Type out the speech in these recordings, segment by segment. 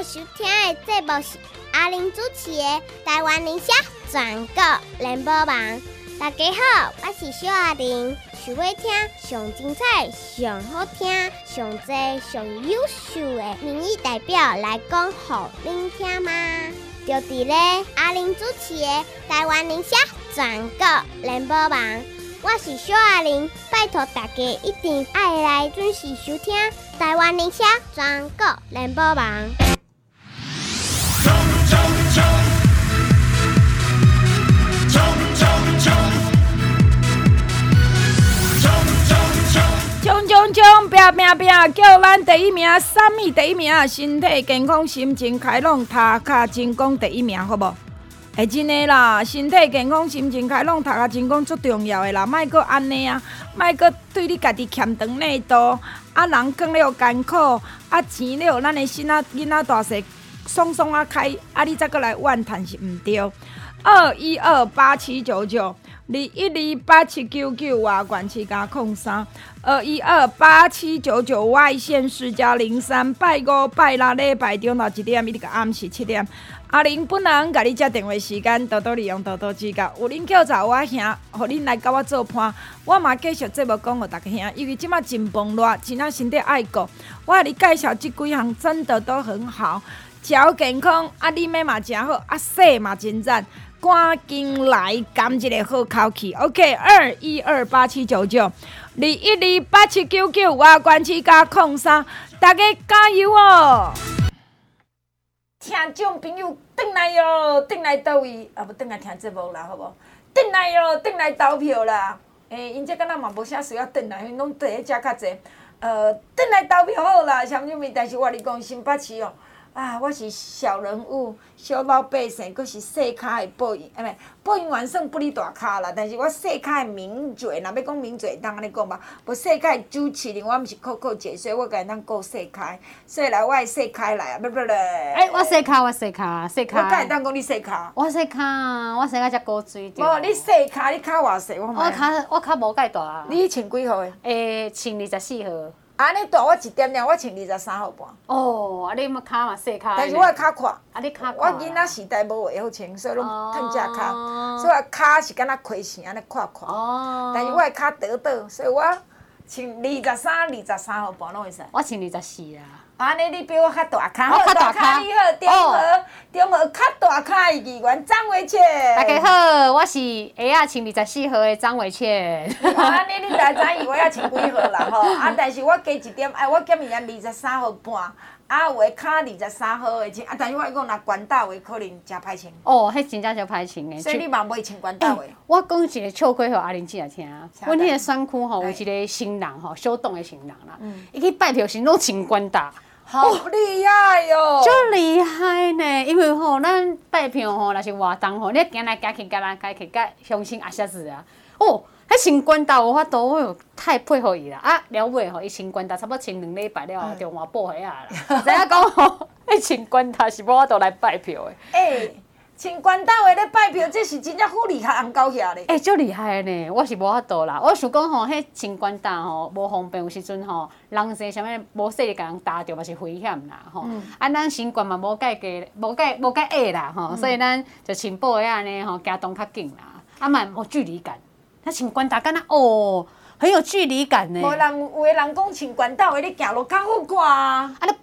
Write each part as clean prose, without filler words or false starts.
收听的节目是阿玲主持的《台湾宁夏全国联播网》。大家好，我是小阿玲。想要听上精彩、上好听、上多、上优秀的民意代表来讲给您听吗？就伫咧阿玲主持的《台湾宁夏全国联播网》。我是小阿玲，拜托大家一定爱来准时收听台湾宁夏全国联播网。 冲，拼，叫咱第一名，啥物第一名？身体健康，心情开朗，读卡成功第一名，好无？真的啦，身体健康，心情开朗，读卡成功足重要的啦，莫阁安尼啊，莫阁对你家己欠长内度，人扛了艰苦，钱了咱的囡仔大细爽爽开，你再阁来怨叹是毋对。212879921287799外管7加03 2128799外线4加03拜五拜六礼拜中到1点，一直到暗时7点。阿玲本人甲你接电话时间，多多利用，多多指教。有恁叫查我兄，互恁来甲我做伴。我嘛继续节目讲互大家兄，因为即马真崩热，真正身体爱顾。我甲你介绍这几项真的都很好，超健康，你买嘛真好，洗嘛真赞。赶紧来甘一个好口气 ，OK，212879921287799外关7加03，大家加油哦！听众朋友，转来哟，转来倒位？不转来听节目啦，好无？转来哟，转来投票啦！因这敢若嘛无啥需要转来，因拢伫咧遮较济。转来投票好啦，啥物物？但是我跟你讲，新北市哦。我是小人物、小老百姓，佫是细卡的报应，报应完算不哩大卡啦。但是我细卡的名嘴，若要讲名嘴，当安尼讲吧。无细卡的主持人，我毋是扣姐，所以我家己当顾细卡。所以来，我的细卡来啊，不。 我细卡。我敢会当讲你细卡？ 我细卡才古锥着。 无，你细卡，你卡偌细？ 我卡无介大。 你穿几号的？ 穿24号。 安尼大我1点尔，我穿23号半。 你嘛卡嘛细卡。 但是我的卡宽。 你卡我囡仔时代无话好穿，所以拢褪遮卡，所以我卡是敢若亏线安尼宽。但是我的卡倒，所以我穿23号半拢会使。 我穿24啊。 安尼你比我较大卡， 我较大卡。 你好，中和较大卡的议员张维倩。 大家好，我是下穿24号的张维倩。 安尼你知影我要穿几号啦吼？但是我加一点，我减伊23号半。有的卡23号的穿，但是我讲若关岛的可能真歹穿。 迄真正就歹穿的。 所以你嘛袂穿关岛的。 我讲一个笑话互阿玲姐来听。阮迄个选区吼有一个新人吼，小党的新人啦，伊去拜票时拢穿关岛。 好厉害哟！ 足厉害呢，因为吼，咱拜票吼，若是活动吼，你行来行去，甲乡亲阿下子啊，迄穿关岛有法度，太配合伊啦。了尾吼，伊穿关岛差不多穿2礼拜了，就换报迄啦。知影讲吼，迄穿关岛是无法度来拜票的。 穿关岛的咧拜票，这是真正好厉害，红狗遐咧。 足厉害呢，我是无法度啦。我想讲吼，迄穿关岛吼无方便，有时阵吼，人生啥物无说甲人打着嘛是危险啦吼。咱身高嘛无介矮啦吼，所以咱就穿布鞋安尼吼，行动较紧啦。嘛无距离感，他穿关岛敢若很有距离感呢。 有的人讲穿关岛的你行路较好看。 你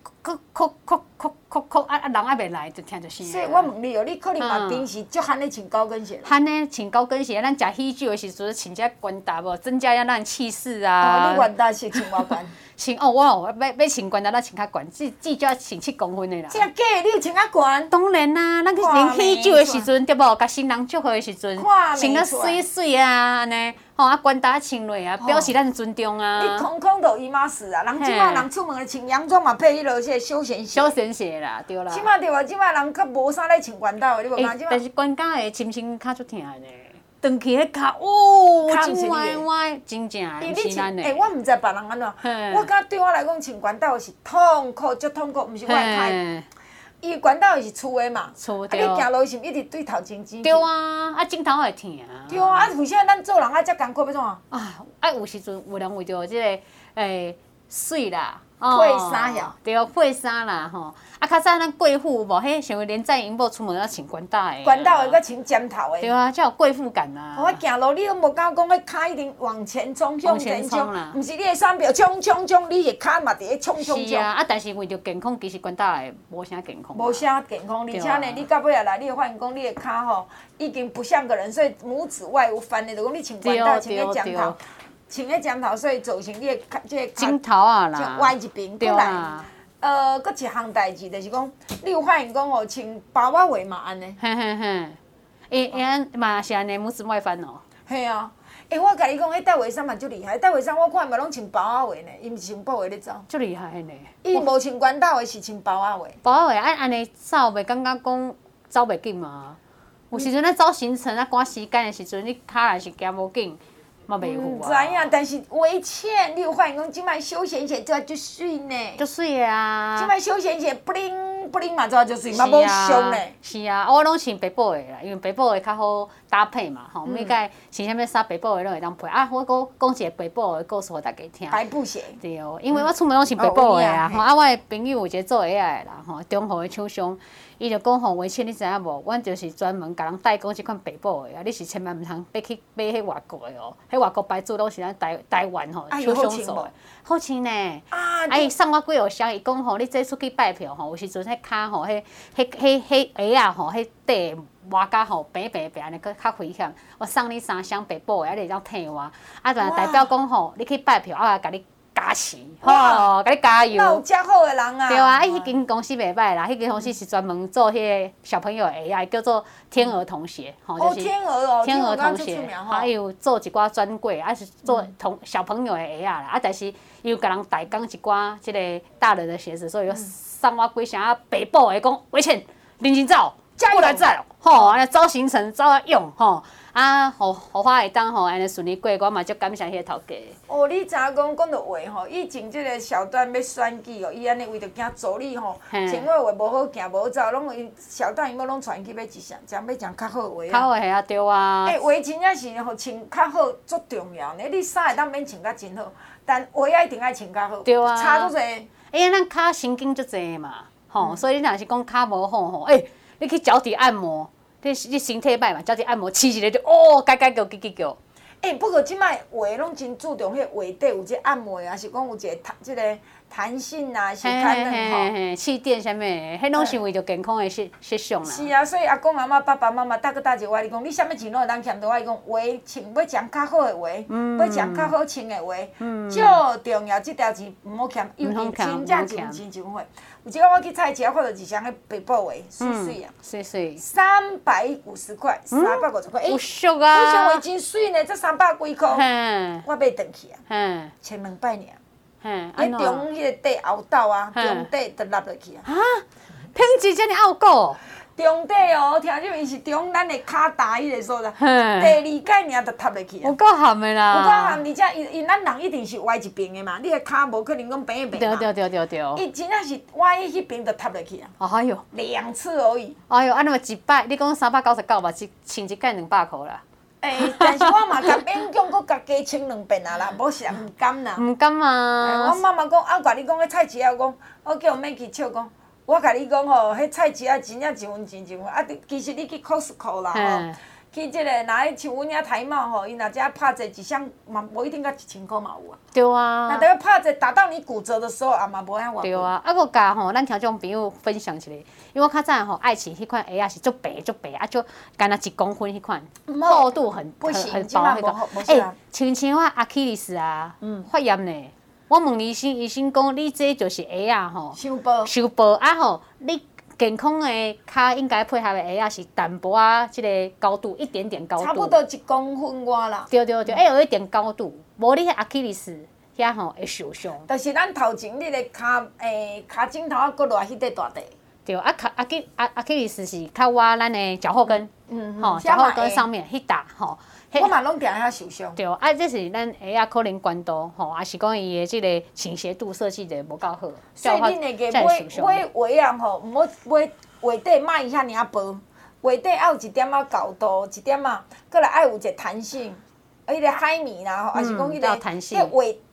人还袂来就听着声。 所以我问你哦，你可能嘛平时足罕咧穿高跟鞋。 罕咧穿高跟鞋，咱食喜酒的时阵穿遮关岛无，增加咱气势啊。 你原大是穿偌悬？ 我要穿关岛，咱穿较悬，至少要穿7公分的啦。 真假？你有穿较悬？ 当然啦，咱去啉喜酒的时阵，对无？甲新人祝贺的时阵，穿较水水啊，安尼。关岛穿落啊，表示咱尊重啊。 你空都伊妈死啊！人即摆人出门穿洋装嘛，配迄落些休闲鞋。 休闲鞋啦，对啦。 即摆对无？即摆人较无啥咧穿关岛的，你无讲即摆。 但是关岛的穿较足疼呢。长期迄脚，真歪，真正的，毋是咱的。 我毋知别人安怎，我感觉对我来讲穿关岛是痛苦，足痛苦，毋是我开。伊关岛是粗的嘛，你行路是毋一直对头前指？ 对啊，镜头会疼。 对啊，为啥咱做人遮艰苦要怎？ 有时阵有人为着即个水啦， 配衫呀， 对，配衫啦吼，较较早咱贵妇无，迄像连战营某出门要穿管带的， 管道的佮穿尖头的。 对啊，才有贵妇感啊。 我行路你都无敢讲，迄骹一定往前冲，向前冲啦， 毋是你的手表冲冲冲，你的骹嘛伫咧冲冲冲。 是啊，但是为着健康，其实管带的无啥健康。 无啥健康，而且呢，你到尾啊来，你会发现讲你的骹吼已经不像个人，所以拇指外有翻的，就讲你穿管带，穿个尖头，穿个尖头，所以造成你的即个镜头啊啦， 歪一边过来。搁一项代志就是讲，你有发现讲哦，穿包仔袜嘛安尼。 嘿嘿嘿，伊安嘛是安尼拇指外翻哦。 嘿啊，我甲你讲，迄戴围衫嘛足厉害，戴围衫我看嘛拢穿包仔袜呢，伊毋是穿布鞋咧走。 足厉害呢。 伊无穿管道的，是穿包仔袜。 包仔袜安尼走袂感觉讲走袂紧嘛？有时阵咱走行程啊赶时间的时阵，你骹若是行无紧。嘛袂有啊。 知影，但是围纤，你有发现讲，即摆休闲鞋做足水呢。 足水啊！ 即摆休闲鞋不灵不灵嘛，做足水，嘛无伤呢。 是啊，我拢穿白布的啦，因为白布的较好搭配嘛，吼。每个穿啥物衫白布的拢会当配啊。我讲一个白布的故事互大家听。 白布鞋。 对，因为我出门拢穿白布的啊，吼。啊，我的朋友有一个做 AI 的啦，吼，中华的厂商。伊就讲吼，维茜，你知影无？阮就是专门甲人代工即款白布的啊，你是千万毋通去买迄外国的哦，迄外国牌子拢是咱台湾吼厂商做的，好穿呢。啊，伊送我几号箱，伊讲吼，你这出去拜票吼，有时阵迄骹吼，迄鞋啊吼，迄底磨甲吼平安尼，佫较危险。我送你3箱白布的，啊，你当替我。啊，就代表讲吼，你去拜票，啊，甲你。加持，吼，甲你加油！ 那有遮好的人啊！ 对啊，迄间公司袂歹啦，迄间公司是专门做迄个小朋友的 AI，叫做天鹅童鞋，吼，就是天鹅哦， 天鹅童鞋，还有做一寡专柜，啊是做小朋友的 AI 啦，啊但是伊有甲人代工一寡即个大人的鞋子，所以有送我几箱白布的，讲维茜认真走，过来载，吼，安尼走行程走啊用，吼。啊，互我会当吼安尼顺利过，我嘛足感谢迄个头家。 哦，你知影讲到话吼，以前即个小段要选举哦，伊安尼为着惊助理吼，穿我话无好行无好走，拢伊小段伊要拢传去买一箱，要讲较好话啊。 较好鞋啊，对啊。 话真正是吼穿较好足重要呢。你衫会当免穿甲真好，但鞋啊一定爱穿较好。 对啊。 差足济。 因为咱骹神经足济嘛，吼，所以你若是讲骹无好吼，你去脚底按摩。你身体歹嘛，脚底按摩，试一个就哦，改叫，叽叫。 不过即摆话拢真注重迄话底有即按摩的，还是讲有一个即个弹性啊，是较软吼。气垫啥物，迄拢是为着健康的设想啦。 是啊，所以阿公阿妈、爸爸妈妈，搭一话，你讲你啥物钱拢会当欠着我，伊讲话穿要讲较好的话，要讲较好穿的话，最重要即条钱毋好欠，尤其真正真会。有一个我去菜市啊，看到一箱迄白布鞋，水水啊， 水 350块，350块， 有俗啊！ 我想话真水呢，这300几块，我买转去啊，穿2摆尔。迄中迄个底凹斗啊，中底就落落去啊。 啊，品质遮尔拗过。 中底哦，听说伊是中咱的骹大迄个所在，第2摆尔就塌落去啊。 有够含的啦。 有够含，而且因咱人一定是歪一边的嘛，你的骹无可能讲平平嘛。 对。 伊真正是歪迄边就塌落去啊。 哎哟 ，2次而已。 哎哟，安尼嘛1摆，你讲399嘛，穿一件200块啦。 但是我嘛甲勉强搁甲加穿2遍啊啦，无是也毋甘啦。 毋甘啊！ 我妈妈讲，甲你讲迄菜市仔，讲我叫免去笑讲。我甲你讲吼，迄菜市仔真正1分钱1分，啊，其实你去 Costco 啦吼，去即个若像阮遐台茂吼，伊若遮拍者一箱嘛，无一定甲1000块嘛有啊。 对啊。 那等于拍者打到你骨折的时候，也嘛无遐偌贵。 对啊，啊，搁甲吼，咱听众朋友分享一下，因为我较早吼爱穿迄款鞋啊，是足白，啊，就干那1公分迄款，厚度很薄迄个。像我阿基里斯啊，发炎呢。我问医生，医生讲你这就是鞋啊吼，收薄啊吼，你健康的骹应该配合的鞋啊是淡薄啊，即个高度一点点高度， 差不多1公分外啦。 对，要有一点高度，无你迄阿基里斯遐吼会受伤。 但是咱头前你的骹枕头啊，搁落迄块大地。 对，阿基里斯是较我咱的脚后跟，吼，脚后跟上面迄搭吼。 我嘛拢定遐受伤。 对，这是咱鞋啊，可能关度吼，也是讲伊的即个倾斜度设计的无够好， 所以恁会个买鞋啊吼，毋好买鞋底莫伊遐尔薄，鞋底要有一点仔高度，过来爱有一个弹性，迄个海绵啦，吼，还是讲迄个鞋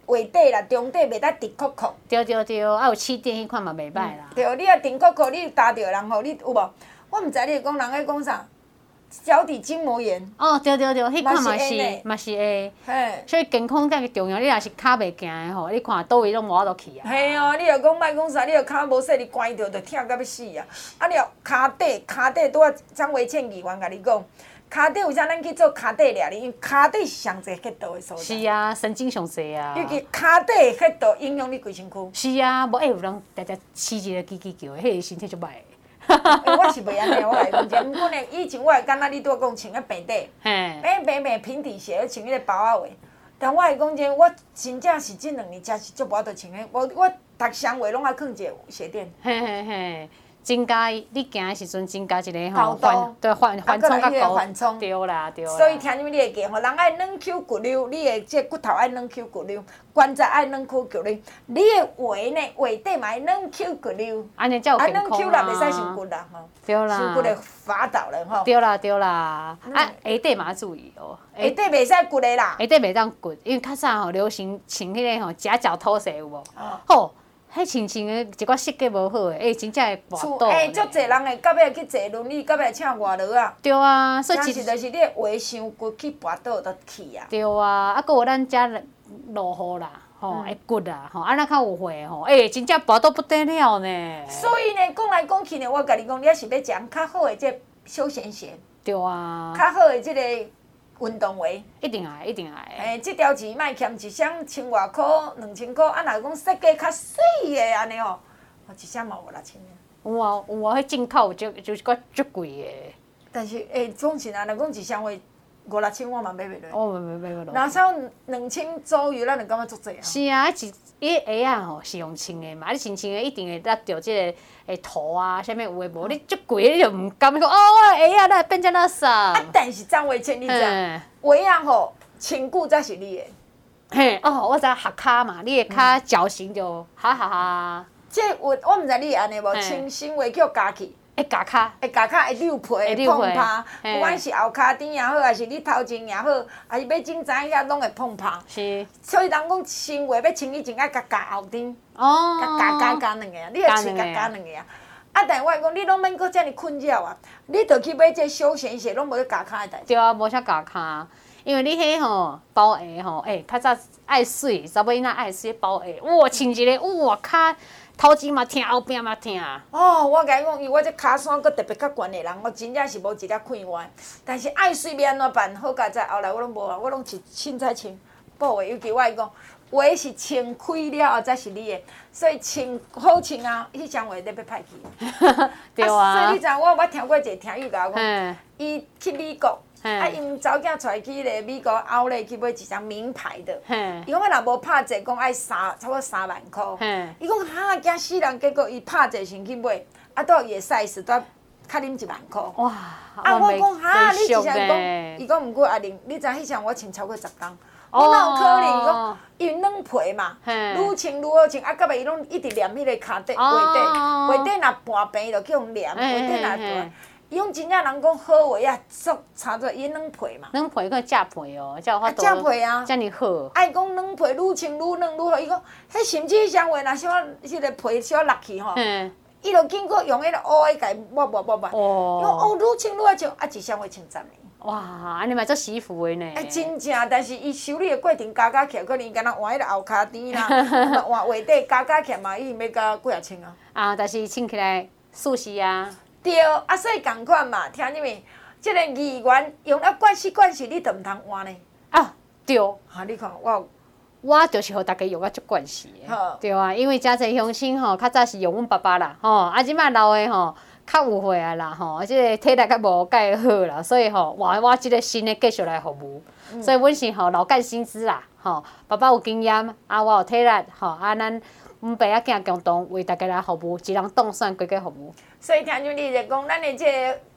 画底啦、中底袂当直扣扣。 对，啊有气垫迄款嘛袂歹啦。 对，你若直扣扣，你搭着人吼，你有无？我毋知你讲人咧讲啥，脚底筋膜炎。 哦，对，迄款嘛是会。 嘿。 所以健康才重要，你若是骹袂行的吼，你看倒位拢无法度去啊。 嘿哦，你若讲莫讲啥，你若骹无说你关着，就疼到要死啊！啊，你若骹底拄仔张维倩议员甲你讲，骹底为啥咱去做骹底料理？因为骹底是上侪血道的所在。 是啊，神经上济啊。 尤其骹底的血道影响你规身躯。 是啊，无有人常常饲一个叽叽叫的，迄个身体足歹的。 我是袂安尼，我来讲者，毋过呢，以前我会感觉你拄仔讲穿个平底，平平底鞋，穿迄个包仔袜。但我会讲者，我真正是即2年才是足无法度穿迄，我逐双鞋拢爱放一个鞋垫。 嘿，增加你行的时阵增加一个高度， 对缓冲较高。 缓冲。对啦。 所以听你会记吼，人爱软 Q 骨溜，你的这骨头爱软 Q 骨溜，关节爱软 Q 骨溜，你的鞋呢，鞋底嘛爱软 Q 骨溜。 安尼才有健康啊。 软 Q 啦，袂使伤骨啦吼。 对啦。 伤骨会滑倒了吼。 对啦。啊，下底嘛要注意哦。 下底袂使骨的啦。 下底袂当骨，因为较早吼流行穿迄个吼夹脚拖鞋有无？吼。迄穿的一寡设计无好诶，真正会跋倒。 足侪人会到尾去坐轮椅，到尾请外劳啊。 对啊，所以就是你的鞋伤骨去跋倒就去啊。 对啊，啊，搁有咱遮落雨啦，吼，会骨啦，吼，啊，咱较有血吼，真正跋倒不得了呢。 所以呢，讲来讲去呢，我甲你讲，你还是要讲较好的这休闲鞋。 对啊。 较好的这个。运动鞋一定爱。 这条钱莫欠一双1000外块、2000块，啊，若讲设计较水的安尼吼，一双嘛5、6千。 有啊，迄进口就是个足贵的。 但是总是啊，若讲一双鞋5、6千，我嘛买袂落。 我买落。 若少2000左右，咱就感觉足济啊。 是啊，伊鞋啊吼是用穿的嘛，你穿的一定会得到这个涂啊，啥物有诶无？你足贵你就毋甘，你讲我鞋啊，那变成垃圾。 啊，但是张维倩，你知鞋啊吼，穿久才是你的。 嘿，我知下骹嘛，你的骹脚型就哈。 这我毋知你会安尼无？穿新鞋叫加去。 会夹骹， 会扭皮，会碰拍，不管是后骹顶也好，还是你头前也好，还是要整知影拢会碰拍。 是。 所以人讲新鞋要穿以前爱夹后顶，夹两个啊，你会穿夹两个啊。啊，但我讲你拢免阁遮尔困扰啊，你着去买这休闲鞋，拢无咧夹骹的代志。 对啊，无啥夹骹，因为你迄吼包鞋吼，较早爱水，查某囡仔爱水包鞋，哇，穿一个哇骹。头前嘛疼，后壁嘛疼。 我甲你讲，因为我这骹线阁特别较悬的人，我真正是无一粒看歪。但是爱水要安怎办？好佳哉，后来我拢无啊，我拢是凊彩穿布的。尤其我会讲，鞋是穿开了后才是你的，所以穿好穿啊，迄双鞋得要歹去。 对啊。 所以你知我听过一个听友甲我讲，伊去美国。因查某囝带去个美国奥莱去买一双名牌的，伊讲若无拍折，讲爱差不多3万块。伊讲哈惊死人，结果伊拍折先去买，倒伊个 size 倒较啉1万块。哇！我讲哈，你之前讲，伊讲毋过阿玲，你知迄双我穿超过10工，我哪有可能？伊讲因为软皮嘛，愈穿愈好穿，到尾伊拢一直黏迄个骹底、鞋底若半平就去用黏，鞋底若断。伊讲真正人讲好鞋啊，足差做伊软皮嘛。 软皮个假皮哦，才有法度。 假皮啊， 遮尔好。 爱讲软皮愈穿愈软愈好，伊讲，迄甚至迄双鞋若小可迄个皮小可落去吼，伊就经过用迄个乌的甲伊抹。伊讲愈穿愈好穿，一双鞋穿10年。 哇，安尼嘛做媳妇的呢。 真正，但是伊修理的过程加起来，可能敢若换迄个后骹垫啦，换鞋底加起来嘛，伊要加几啊千啊。 但是穿起来舒适啊。 对，所以共款嘛，听入面，即个议员用了惯势，你就毋通换呢。 对。 你看我就是互大家用啊足惯势的。对啊，因为诚侪乡亲吼，较早是用阮爸爸啦，即摆老的吼较有岁啊啦，即个体力较无介好啦，所以我即个新的继续来服务。所以阮是老干新知啦，爸爸有经验，我有体力，咱。阮爸仔囝共同为大家来服务，一人动算规个服务。 所以听像你就讲，咱的这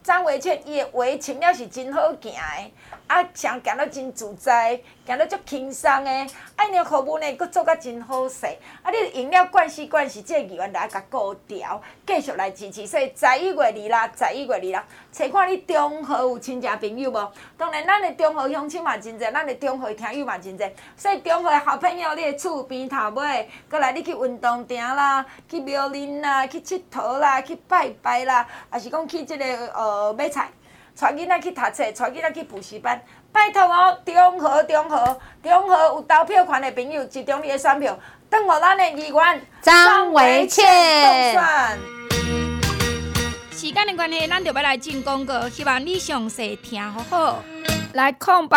张维倩伊的话穿了是真好行的，啊，常行了真自在，行了足轻松的，啊，因的服务呢，佫做甲真好势，啊，你用了惯势，这个议员来甲顾调，继续来支持。所以11月2日，找看你中和有亲戚朋友无？当然，咱的中和乡亲嘛真侪，咱的中和听友嘛真侪，所以中和的好朋友，你的厝边头尾，过来你去运动场啦，去庙林啦，去佚佗啦，去拜拜啦，还是讲去这个买菜，带囡仔去读册，带囡仔去补习班，拜托哦，中和有投票权的朋友，集中你的选票，等候咱的议员张维倩当选。 时间的关系，咱就要来进广告，希望你详细听好好。 来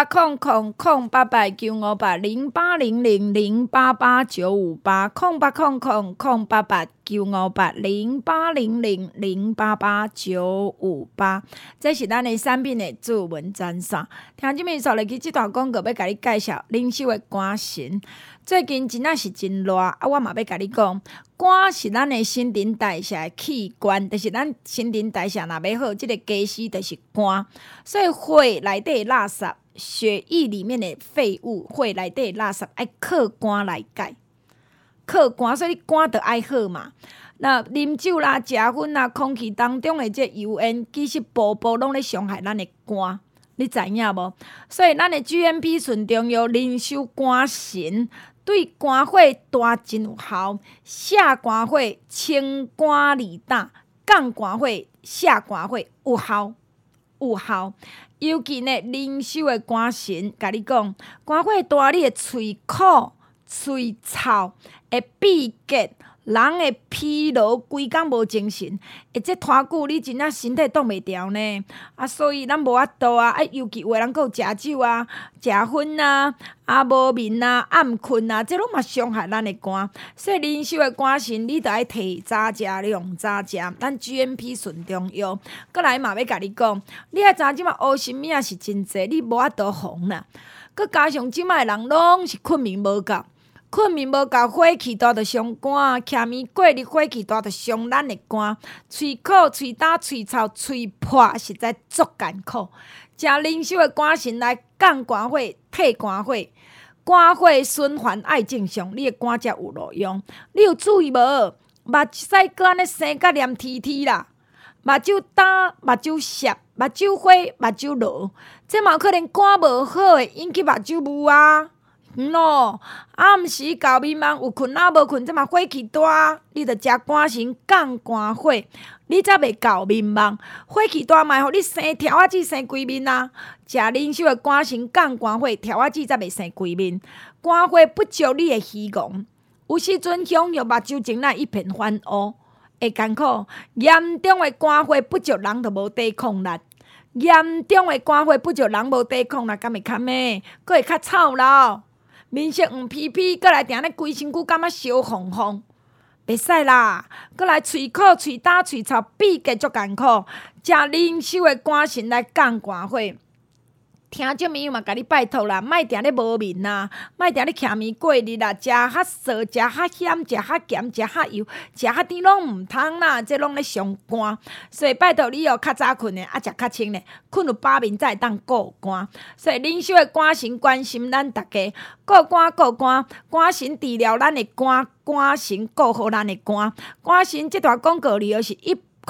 0800-958-088958，这是咱的产品的主文赞赏。听这边说入去这段广告，要甲你介绍零售的歌神。最近真正是真热，我嘛要甲你讲，肝是咱的新陈代谢的器官，就是咱新陈代谢若要好，这个基石就是肝。所以血内底的垃圾、血液里面的废物、血内底的垃圾，爱靠肝来解。靠肝，所以你肝就爱好嘛。那啉酒啦、食薰啦、空气当中的这油烟，其实步步拢咧伤害咱的肝，你知影无？所以咱的 GMP 纯中药人参肝神。对肝火大真有效，下肝火、清肝利胆、降肝火、下肝火有效。尤其呢，人参的肝神，甲你讲，肝火大，你的喙苦、喙臭，会闭结，人会疲劳，规工无精神，会这拖久你真正身体挡袂牢呢。啊，所以咱无法度啊，尤其有的人佫有食酒啊、食薰啊、无眠啊、暗困啊，这拢嘛伤害咱的肝。所以人参的肝神，你着爱摕早食、量早食。咱 GMP 纯中药，过来嘛要甲你讲，你爱知即马乌心物啊是真济，你无法度防啦。佮加上即马的人拢是困眠无够。火气大着伤肝，徛面过日火气大着伤咱的肝，喙苦、喙焦、喙臭、喙破，实在足艰苦。食人参的肝神来降肝火、退肝火，肝火循环爱正常，你的肝才有路用。你有注意无？目屎搁安尼生甲黏贴贴啦，目睭干、目睭涩、目睭花、目睭落，这嘛有可能肝无好的引起目睭雾啊。暗时搞迷茫，有困啊无困，这嘛火气大，你着食肝神降肝火，你才袂搞迷茫。火气大嘛，互你生条仔子生规面啊！食人参的肝神降肝火，条仔子才袂生规面。肝火不足，你会虚戆，有时阵享用目睭前来一片翻乌，会艰苦。严重的肝火不足，人就无抵抗力。严重的肝火不足，人无抵抗力，敢会较咩？佫会较臭老。面色黄皮皮，过来定咧规身躯感觉烧烘烘，袂使啦！过来喙苦、喙焦、喙臭，闭结足艰苦。食人参的肝神来降肝火。听这朋友嘛，甲你拜托啦，莫定咧无眠啦，莫定咧徛眠过日啦，食较涩、食较咸、食较咸、食较油、食较甜拢毋通啦，这拢咧伤肝。所以拜托你哦，较早困的，食较清的，困有饱眠才会当顾肝。所以人参的肝神关心咱大家，顾肝，肝神治疗咱的肝，肝神顾好咱的肝。肝神这段广告里头是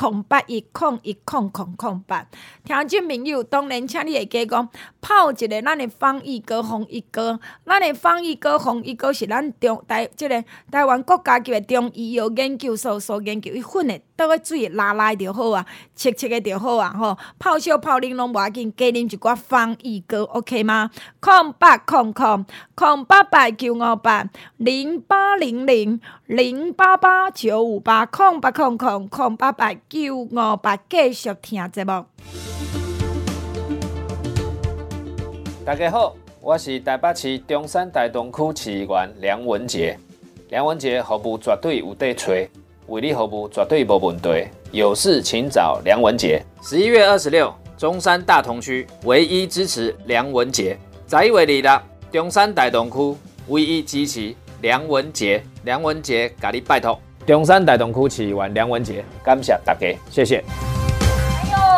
108101008。听众朋友，当然请你会记讲，泡一个咱的芳益膏、红益膏。咱的芳益膏、红益膏是咱台湾国家级的中医药研究所所研究，伊粉的倒个水拉就好啊，切的就好啊吼。泡烧泡冷拢无要紧，加啉一寡芳益膏 ，OK 吗？0800-958-088-958，0800-958，继续听节目。 大家好，我是台北市中山大同区市议员梁文杰。梁文杰服务绝对有得找，为你服务绝对无问题。有事请找梁文杰。11月26，中山大同区唯一支持梁文杰。11月26，中山大同区唯一支持梁文杰。梁文杰，甲你拜托。中山大同区市议员梁文杰，感谢大家，谢谢。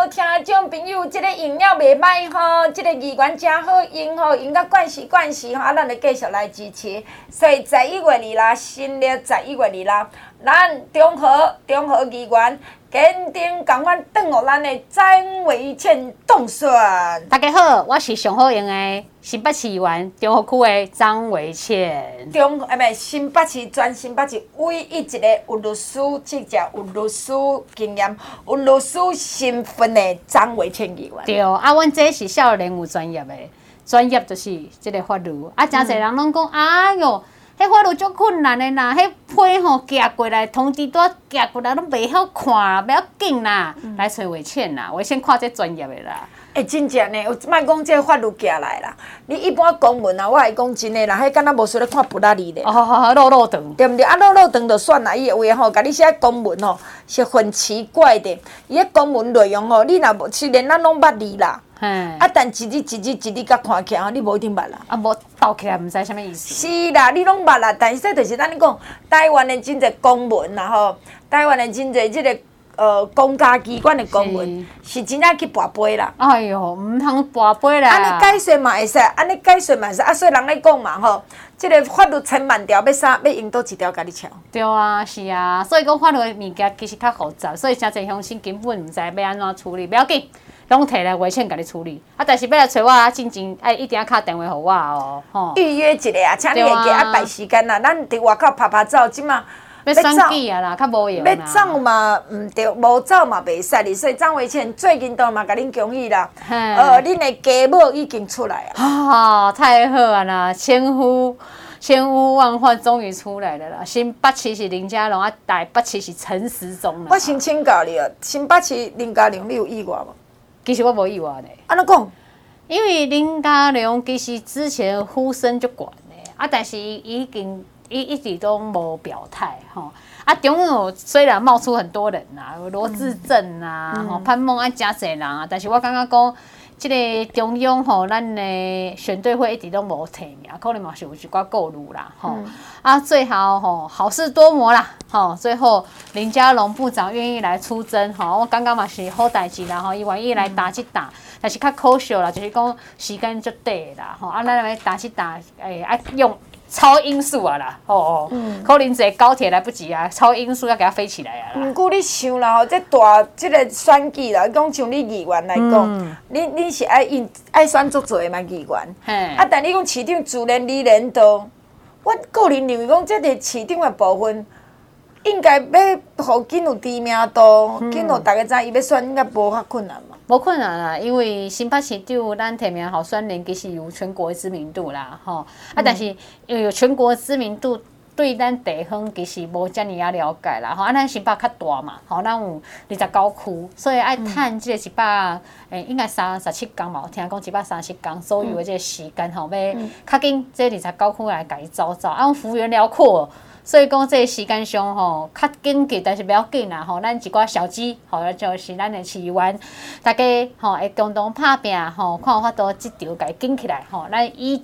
听众朋友，这个营养袂歹吼，这个议员真好用吼，用到惯时吼，咱就继续来支持。所以11月26，新历11月26，咱中和议员坚定共款转互咱的张维倩当选。 大家好，我是上好用的新北市议员中和区的张维倩。 新北市全新北市唯一一个有律师执照、有律师经验、有律师身份的张维倩议员。 对，阮这是少年有专业的，专业就是这个法律。真侪人拢讲，哎哟。迄法律足困难的啦，迄批吼寄过来，通知单寄过来拢袂晓看啦，不要紧啦，来找维倩啦，维倩看这专业的啦。 真正呢，有莫讲这法律寄来啦。你一般公文啊，我会讲真诶啦，迄敢若无需咧看布拉字咧。 漏长， 对毋对？漏长就算啦，伊会吼，甲你写公文吼，是很奇怪的。伊迄公文内容吼，你若无，虽然咱拢捌字啦。但一字甲看起来吼，你无一定捌啦。 无倒起来，毋知啥物意思。 是啦，你拢捌啦，但是这就是咱咧讲，台湾的真侪公文啦吼，台湾的真侪即个公家机关的公文是真正去跋杯啦。 哎哟，毋通跋杯啦。 安尼解说嘛会使，所以人咧讲嘛吼，即个法律千万条要用倒一条甲你抄。 对啊，是啊，所以讲法律的物件其实较复杂，所以真侪乡亲根本毋知要安怎处理，不要紧。拢摕来维倩甲你处理，但是要来找我进前，一定要敲电话互我哦，吼。 预约一下啊，请你会记排时间啦。咱伫外口拍照，即马要选举啊啦，较无用啦。 要走嘛毋对，无走嘛袂使哩。所以张维倩最近都嘛甲恁恭喜啦。恁的家母已经出来啊！太好啊啦，千呼万唤终于出来了啦！新北市是林佳龙，台北市是陈时中啦。 我先请教你啊，新北市林佳龙你有意外无？ 其实我无意外呢。 安怎讲？ 因为林佳龙其实之前呼声就悬的，但是伊一直都无表态吼。中央虽然冒出很多人啦，罗志正啊，潘孟安真侪人啊，但是我感觉讲，即个中央吼，咱的选对会一直都无提名，可能嘛是有一寡顾虑啦吼。最后吼好事多磨啦吼，最后林佳龙部长愿意来出征吼，我感觉嘛是好代志啦吼，伊愿意来打一打，但是较可惜啦，就是讲时间足短啦吼，咱来打一打，用。超音速啊啦，可能一个高铁来不及啊，超音速要给它飞起来啊啦。 毋过你想啦吼，这大这个选举啦，讲像你议员来讲，你是爱选足侪嘛议员，但你讲市长自然理然都，我个人认为讲，这个市长的部分，应该要互紧有知名度，紧互大家知伊要选，应该无遐困难嘛。 无困难啦，因为新北市长咱提名候选人其实有全国的知名度啦，吼。但是因为有全国的知名度，对咱地方其实无遮尔了解啦，吼。咱新北较大嘛，吼，咱有29区，所以爱趁即个100，应该37天嘛，有听讲130天左右的即个时间，吼，要较紧这29区来甲伊走，幅员辽阔。所以讲，这个时间上吼较紧急，但是不要紧啦吼。咱一寡小鸡吼，就是咱的市议员，大家吼会共同拍拼吼，看有法度这场甲伊紧起来吼。咱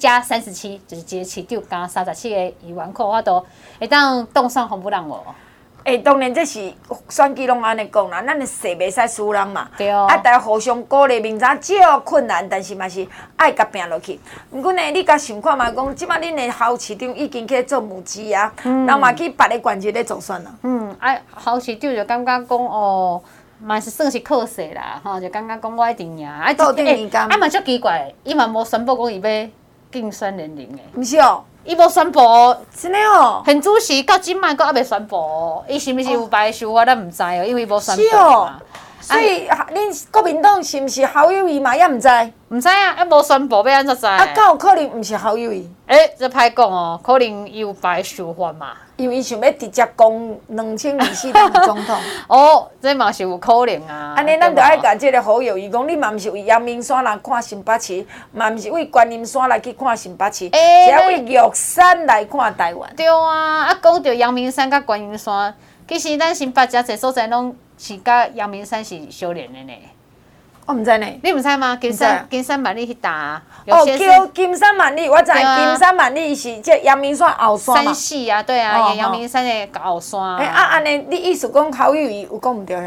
1+37就是一个市长加37个议员，看有法度会当当选红不让无。 当然这是选举拢安尼讲啦，咱的势袂使输人嘛。 对哦。 大家互相鼓励，明知少困难，但是嘛是爱甲拼落去。毋过呢，你甲想看嘛，讲即摆恁的侯市长已经去做募资啊，然后嘛去别个县市咧做选啦。 侯市长就感觉讲哦，嘛是算是靠势啦，吼，就感觉讲我一定赢。 到底年间。 嘛足奇怪，伊嘛无宣布讲伊要竞选连任的。 毋是哦。 伊无宣布， 真的哦。 现主席到今摆阁还未宣布，伊是毋是有排除我咱毋知哦，因为无宣布嘛。所以恁国民党是毋是侯友宜嘛？也毋知。 毋知啊，还无宣布要安怎知？ 敢有可能毋是侯友宜？ 这歹讲哦，可能伊有排除法嘛。 因为伊想要直接攻2024年总统。 这嘛是有可能啊。 安尼咱着爱甲即个侯友宜讲，你嘛毋是为阳明山来看新北市，嘛毋是为观音山来去看新北市，是要为玉山来看台湾。 对啊，讲到阳明山甲观音山，其实咱新北遮侪所在拢是甲阳明山是相连的呢。 我毋知呢， 你毋知吗？金山万里迄搭， 叫金山万里，我知金山万里是即阳明山后山嘛。 山系啊，对啊，阳明山的后山。 安尼，你意思讲侯友宜有讲毋对呀？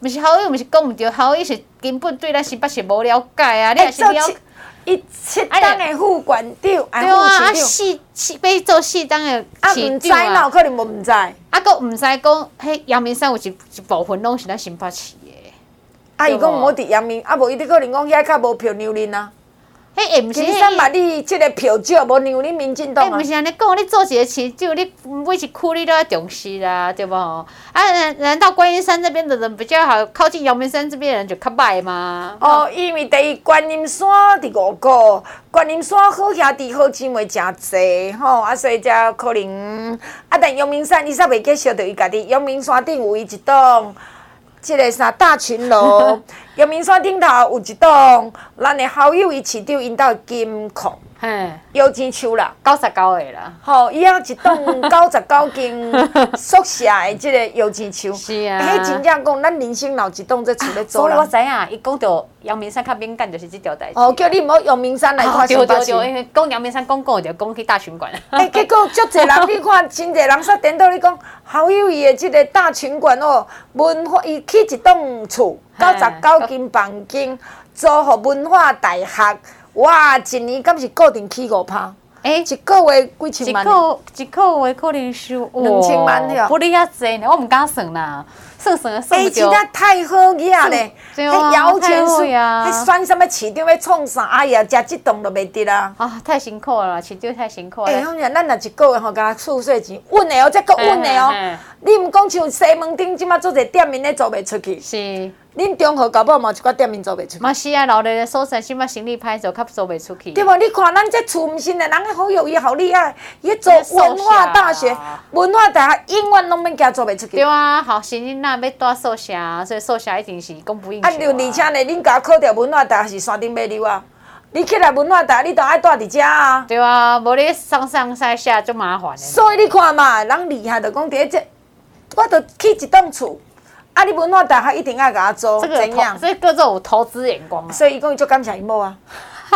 毋是好友，毋是讲毋对，好友是根本对咱新北市无了解啊！你也是了。 伊7档的副馆长， 对啊，要做4档的市长啊， 哪有可能无毋知？ 佫毋知讲，迄阳明山有一部分拢是咱新北市的。 伊讲毋好伫阳明，无伊可能讲遐较无票牛恁啊。 迄会毋是？ 金山嘛，你即个票少，无牛恁民进党啊。 毋是安尼讲，你做一个市长，你每一区你都要重视啦，对无？啊，难道观音山这边的人比较好，靠近阳明山这边的人就较歹吗？ 因为第一观音山伫5股，观音山好兄弟好姊妹诚济吼，所以才可能但阳明山伊煞袂结束着伊家己，阳明山顶有伊一栋。即个啥大群楼，阳明山顶头有一栋，咱的好友伊市长因兜金矿，摇钱树啦 ，99个啦。 吼，伊遐一栋99间宿舍的即个摇钱树， 是啊。 迄真正讲，咱人生老一栋这厝咧做啦。 所以我知影，伊讲到阳明山较敏感，就是即条代志。 叫你毋好阳明山来看新北市。 对，讲阳明山讲就讲去大群馆。 结果足侪人，你看真侪人煞颠倒你讲，好友伊的即个大群馆文化伊起一栋厝，99间房间，租互文化大学，哇，一年敢是固定起5%。一个月几千万？ 一个月可能收 2000万了。 不哩遐济呢，我毋敢算啦，算算不着。 真正太好嘢咧！迄摇钱树，迄选什么市长要创啥？哎呀，食即栋都袂得啦！ 啊，太辛苦了，市长太辛苦了。 好像咱若一个月吼，甲厝税钱稳的哦，这个稳的哦。你毋讲像西门町即马做者店面咧做袂出去。 是。 恁中和搞不好嘛，一寡店面做袂出去。 嘛是啊，老热的所在，即马生意歹做，较做袂出去。 对无？你看咱这厝毋是的，人好有伊好厉害，伊做文化大学、文化大学，永远拢免惊做袂出去。 对啊，好生囡仔要住宿舍，所以宿舍一定是供不应求啊。 而且呢，恁甲考着文化大学是山顶买溜啊，你起来文化大学，你都爱住伫遮啊。 对啊，无你上西下就麻烦。 所以你看嘛，人厉害就讲伫这，我著起一栋厝。你文化大学一定要甲我做，怎样？ 所以各种有投资眼光啊。 所以伊讲伊足感谢伊某啊。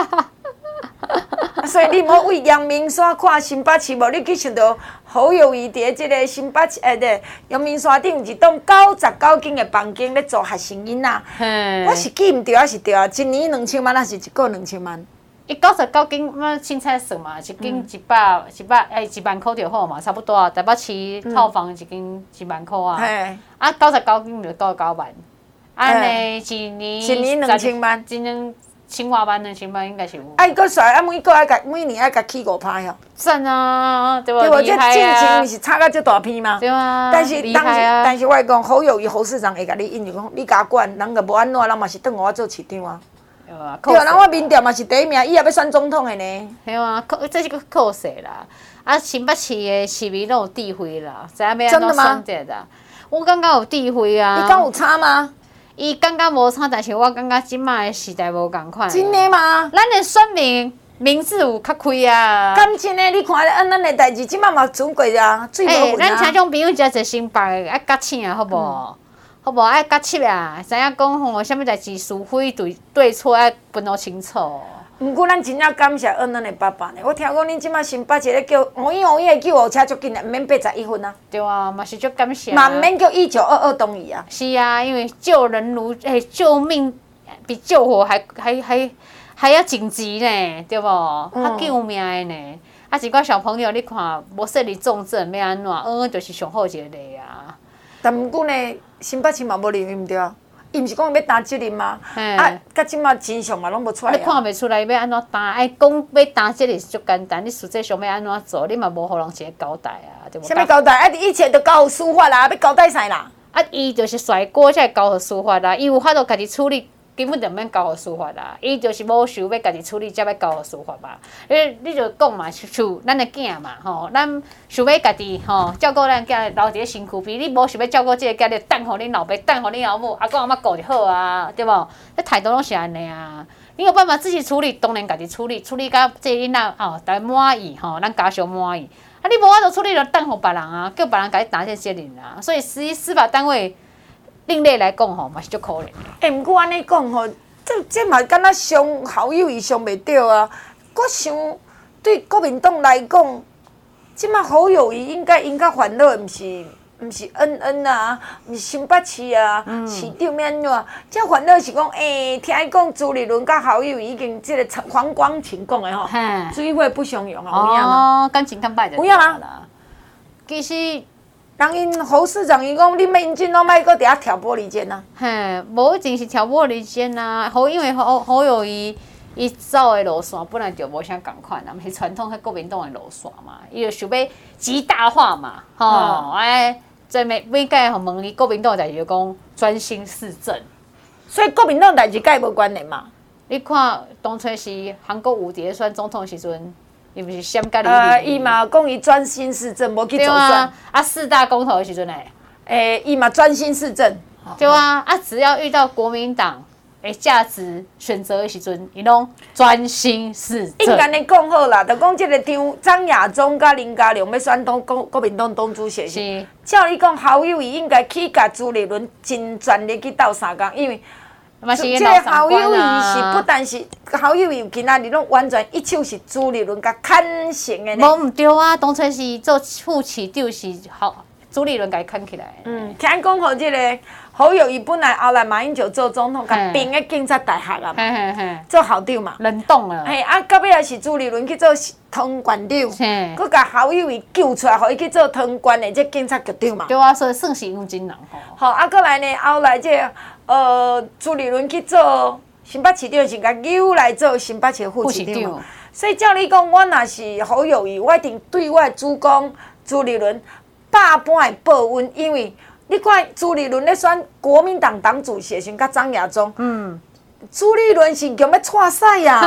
所以你莫为阳明山看新北市无，你去想到好友伊伫即个新北市阳明山顶有一栋99间的房间咧做学生囡仔。我是记毋对还是对啊？一年2000万还是一个2000万？ 伊99间，凊彩算嘛，一间1万块就好嘛，差不多啊。台北市套房一间1万块啊。99间就99万，安尼一年 2000万， 一年1000多万2000万应该是有。 伊佫帅，每年爱甲起5%哟。 算啊，对无？ 对无？这进程是差到这大片吗？ 对啊。 但是我讲好友伊侯市长会甲你引，就讲你甲我管，人就无安怎，人嘛是等我做市长啊。对啊，人我民调嘛是第1名，伊也要选总统的呢。 对啊，这是个扣势啦。新北市的市民都有智慧啦，知影要安怎选择啦。我感觉有智慧啊。 你讲有差吗？ 伊感觉无差，但是我感觉即摆的时代无共款。 真的吗？ 咱的选民名字有较开啊。 敢真的？你看咱的代志，即摆嘛存过啊，水无份啊。 咱听种朋友真侪新北的，爱觉醒啊，好无？好无爱觉醒啊！知影讲吼，啥物代志是非对错爱分得清楚。 毋过咱真正感谢恩恩的爸爸呢。我听讲恁即摆新北市咧叫红衣的救护车足紧啊，毋免81分啊。 对啊，嘛是足感谢。 嘛毋免叫1922动议啊。 是啊，因为救人如救命比救火还要紧急呢，对无？较救命的呢。一寡小朋友你看无说你重症要安怎？恩恩就是上好一个例啊。 但毋过呢，新北市嘛无认为毋对啊。伊毋是讲要担责任吗？甲即马真相嘛拢无出来。 你看袂出来要安怎担？讲要担责任是足简单，你实际上要安怎做，你嘛无互人一个交代啊，对无？ 啥物交代？以前就交互司法啦，要交代啥啦？ 伊就是甩锅才会交互司法啦，伊有法度家己处理。根本就免交互司法啦，伊就是无想要家己处理，才要交互司法嘛。你就讲嘛，像咱的囝嘛，吼，咱想要家己吼照顾咱囝，留伫咧身躯边。你无想要照顾即个囝，你等互恁老爸，等互恁老母，阿公阿妈顾就好啊，对无？这态度拢是安尼啊。你有办法自己处理，当然家己处理，处理甲即个囡仔吼，大家满意吼，咱家属满意。你无法度处理，就等互别人啊，叫别人家己担这责任啊。所以司法单位。另类来讲吼，嘛是足可怜。 毋过安尼讲吼，这嘛敢若伤好友伊伤袂着啊。我想对国民党来讲，即马好友伊应该烦恼，毋是毋是恩恩啊，毋是新北市啊，市长免怎？这烦恼是讲，听伊讲朱立伦甲侯友宜已经即个黄光芹讲的吼，水火不相容啊，有影吗？ 哦，感情较歹就有影吗？ 其实。 人因侯市长伊讲，你民进党莫搁伫遐挑拨离间啊。 嘿，无一定是挑拨离间啊，因为侯友宜伊走的路线本来就无啥共款啊，毋是传统迄国民党的路线嘛，伊就想要极大化嘛，最每届互问你国民党代志就讲专心市政， 所以国民党代志甲伊无关联嘛。 你看当初是韩国瑜伫选总统的时阵。伊毋是闪甲你？ 伊嘛讲伊专心市政，无去走选。 4大公投的时阵伊嘛专心市政。 对啊，只要遇到国民党的价值选择的时阵，伊拢专心市政。 应该你讲好啦，就讲即个张亚中甲林佳龙要选国民党党主席是。照你讲，侯友宜应该去甲朱立伦真全力去斗3工，因为。即个侯友宜是不但是侯友宜，今仔日拢完全一手是朱立伦甲砍成的呢。 无毋对啊，当初是做副市长是朱立伦甲伊砍起来。 听讲吼，即个侯友宜本来后来马英九做总统，甲并个警察大学啊嘛，做校长嘛， 冷冻啊。 到尾也是朱立伦去做汤馆长，佮甲侯友宜救出来，互伊去做汤馆的这警察局长嘛。 对啊，所以算是有真人吼。过来呢，后来这朱立伦去做新北市长，是甲扭来做新北市副市长嘛。所以照你讲，我若是侯友宜，我一定对我的主公朱立伦百般的报恩，因为你看朱立伦咧选国民党党主席时，甲张亚中，朱立伦是强要错赛呀。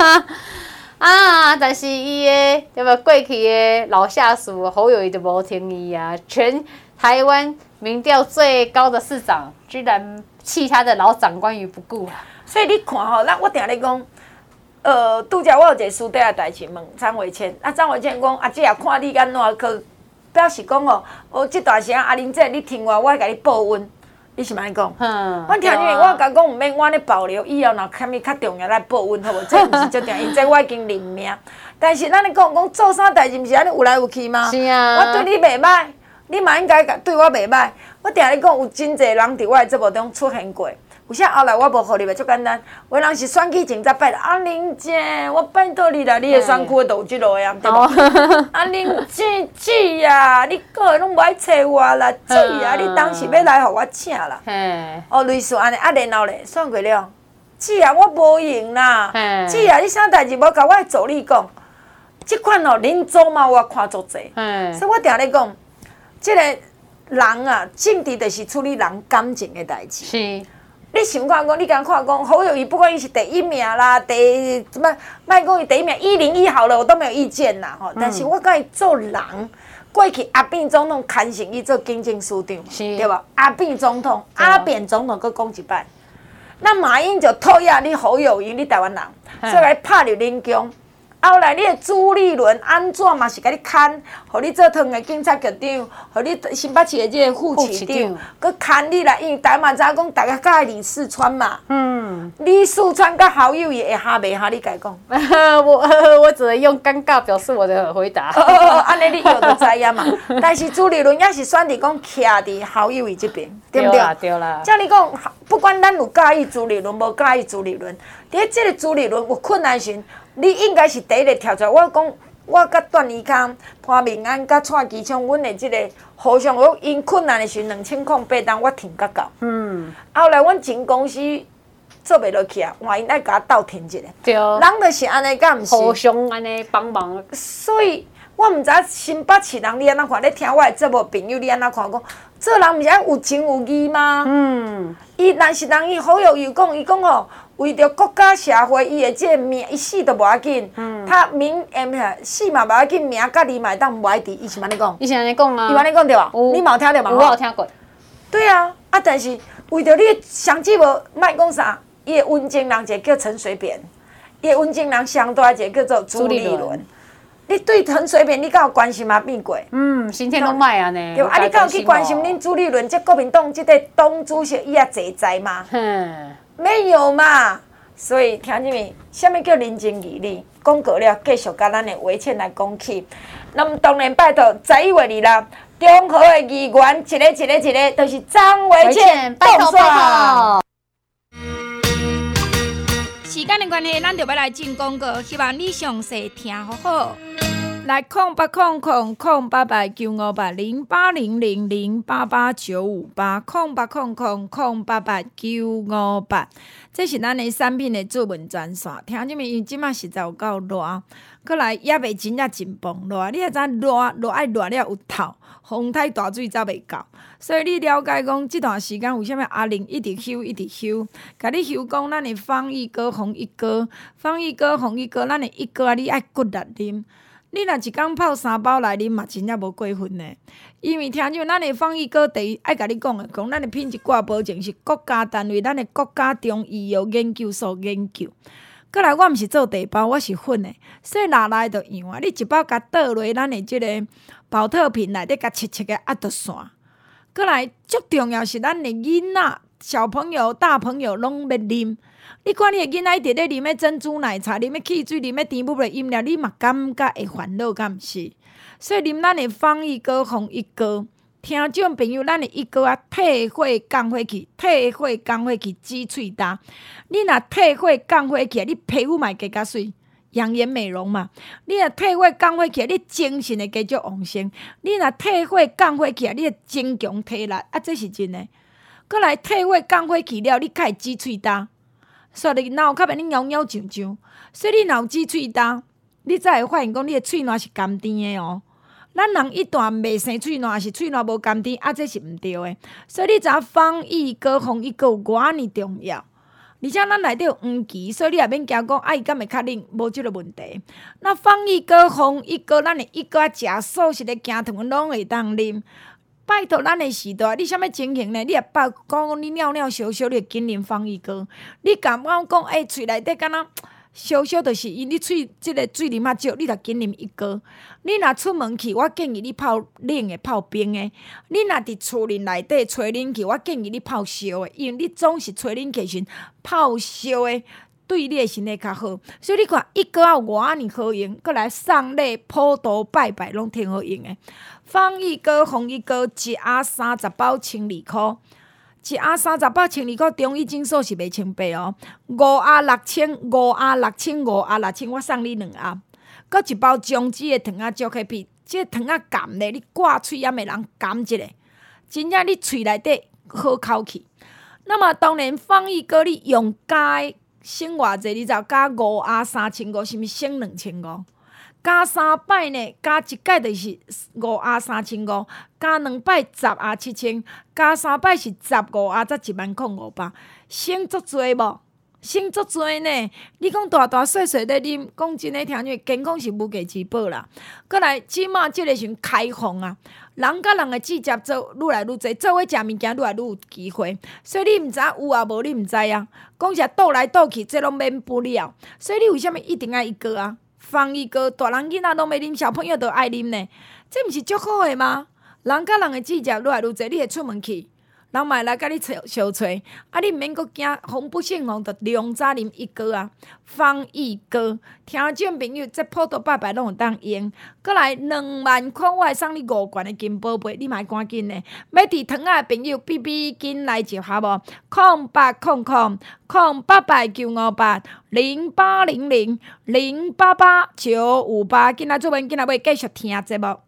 但是伊的对吧？过去的老下属侯友宜就无听伊啊，全台湾民调最高的市长，居然弃他的老长官于不顾啊！ 所以你看吼，我定咧讲，拄则我有一个私底下代志问张伟谦，张伟谦讲姐也看你安怎，佮表示讲哦，这段时间阿玲姐你听我甲你报恩。你是安尼讲？我听因为我甲讲毋免我咧保留，以后若虾米较重要来报恩，好无？这毋是最重要，因这我已经认命。但是咱咧讲做啥代志，毋是安尼有来有去吗？ 是啊。 我对你袂歹，你嘛应该对我袂歹。我定咧讲，有真侪人伫我的节目中出现过。有啥后来我无互你袂足简单，有人是选举前才拜阿玲姐，我拜托你啦，你的选区都有即落个啊，对无？阿玲姐啊，你个个拢无爱找我啦，姐啊，你当时要来互我请啦。类似安尼，然后咧，选过了，姐啊，我无用啦，姐啊，你啥代志无甲我的助理讲，即款恁做嘛我看足济，所以我定咧讲，即个人啊，政治就是处理人感情的代志。 是。 你想看讲，你敢看讲侯友宜，不管伊是第1名啦，什么，莫讲伊第1名101好了，我都没有意见啦吼。但是我甲伊做人，过去阿扁总统牵成伊做经济司长，对吧？阿扁总统佫讲一摆，那马英九讨厌你侯友宜，你台湾人，所以来拍入恁宫。后来你的朱立伦安怎嘛是甲你牵，互你做汤的警察局长，互你新北市的这个副市长，佮牵你来，因为台湾知影讲大家甲李四川嘛，李四川甲侯友宜会合袂合？你甲伊讲， 我只能用尴尬表示我的回答。 安尼你有就知影嘛。但是朱立伦也是选择讲徛伫侯友宜这边，对不对？ 对啦。 照你讲，不管咱有介意朱立伦，无介意朱立伦，伫这个朱立伦有困难时，你应该是第一个跳出来。我讲，我甲段宜康、潘明安、甲蔡其昌，阮的即个互相因困难的时，2008当我挺甲到。后来阮前公司做袂落去啊，换因爱甲我斗挺一下。 对。 人就是安尼，敢毋是？ 互相安尼帮忙。 所以我毋知新北市人你安怎看？咧听我的节目朋友你安怎看？讲做人毋是爱有情有义吗？伊但是人伊侯友宜讲，伊讲吼。为着国家社会，伊的即个名，伊死都无要紧。他名死嘛无要紧，名甲你嘛会当无爱伫，伊是安尼讲。 伊是安尼讲啊。 伊安尼讲对吧？你嘛有听着嘛？ 我有听过。 对啊，但是为着你上次无莫讲啥，伊的温情人一个叫陈水扁，伊的温情人相对一个叫做朱立伦。你对陈水扁，你敢有关心吗？变过？ 身体拢歹啊呢。 对啊，你敢有去关心恁朱立伦这国民党这个党主席伊也坐在吗？没有嘛，所以听见没？什么叫人情义理？讲过了，继续甲咱的维茜来讲起。 那么当然拜托11月26日，中和的议员一个，都是张维倩拜托拜托。 时间的关系，咱就要来进广告，希望你详细听好好。 来0800-088-958，0800-088-958，这是咱的产品的主文专线。听这么，因为即马实在有够热，过来也袂真正真崩热。你也知热爱热了有透，风太大水才袂到。所以你了解讲，这段时间为什么阿玲一直休，甲你休讲咱的防疫膏、防疫膏，咱的一膏啊，你爱骨力啉。你若一工泡3包来啉嘛，真正无过分呢。因为听就咱的防疫膏，第一爱甲你讲咱的品质挂保证是国家单位，咱的国家中医药研究所研究。过来，我毋是做茶包，我是粉的，所以拿来就样啊。你一包甲倒落咱的即个保特瓶内底，甲切个压就散。过来，足重要是咱的囡仔、小朋友、大朋友拢要啉。你看你的囡仔一直咧啉珍珠奶茶，啉汽水，啉甜不的饮料，你嘛感觉会烦恼，敢毋是？所以啉咱的防疫膏、防疫膏，听众朋友，咱的一膏啊，退火降火气，止喙焦。你若退火降火气，你皮肤嘛会加较水，养颜美容嘛。你若退火降火气，你精神会加足旺盛。你若退火降火气，你会增强体力，这是真的。过来退火降火气了，你才会止喙焦。所以你脑壳变你扭扭上上，所以你若有止喙焦，你才会发现讲你的喙烂是甘甜的哦。咱人一旦袂生喙烂，是喙烂无甘甜，这是毋对的。所以你知影防疫膏有偌尔重要，而且咱内底有黄芪，所以你也免惊讲伊敢会较冷，无即个问题。那防疫膏、咱的一膏食素食的姜糖拢会当啉。拜托，咱的时代，你啥物情形呢？你也讲你尿烧烧，你会紧啉防疫膏。你敢讲喙内底敢若烧烧，就是因你喙即个水啉较少，你着紧啉一膏。你若出门去，我建议你泡冷的、泡冰的。你若伫厝内底吹冷气，我建议你泡烧的，因为你总是吹冷气时泡烧的。对你的身体较好，所以你看一膏有偌尔好用，过来送礼、普渡、拜拜拢挺好用的。防疫膏、一盒30包1,200块，一盒30包1,200块，中医诊所是卖1,800哦。5盒6,000，我送你2盒。搁一包姜子的糖仔焦克皮，这糖仔咸咧，你挂喙炎的人咸一下，真正你喙内底好口气。那么当然，防疫膏你用加的。省偌济？你知道加5盒3,500，是毋是省2,500？加3摆呢？加一摆就是5盒3,500，加2摆10盒7,000，加3摆是15盒才10,500，省足多无？省足多呢！你讲大细细咧啉，讲真诶，听讲健康是无价之宝啦。过来，即马即个时阵开放啊，人甲人诶直接做愈来愈侪，做伙食物件愈来愈有机会。所以你毋知有啊无？你毋知啊。讲实倒来倒去，这拢免不了。所以你为什么一定爱一个啊？防疫膏，大人囡仔拢要啉，小朋友都爱啉呢。这毋是足好诶吗？人甲人诶直接愈来愈侪，你会出门去。人嘛会来甲你相找，你毋免阁惊风不胜风，着量早啉一膏啊！防疫膏，听众朋友，这普渡拜拜拢有当用。过来2万块，我会送你5罐的金宝贝，你嘛赶紧呢！要伫糖仔的朋友，比紧来就好无？0800-088-958，0800-088-958，今仔做文，今仔要继续听节目。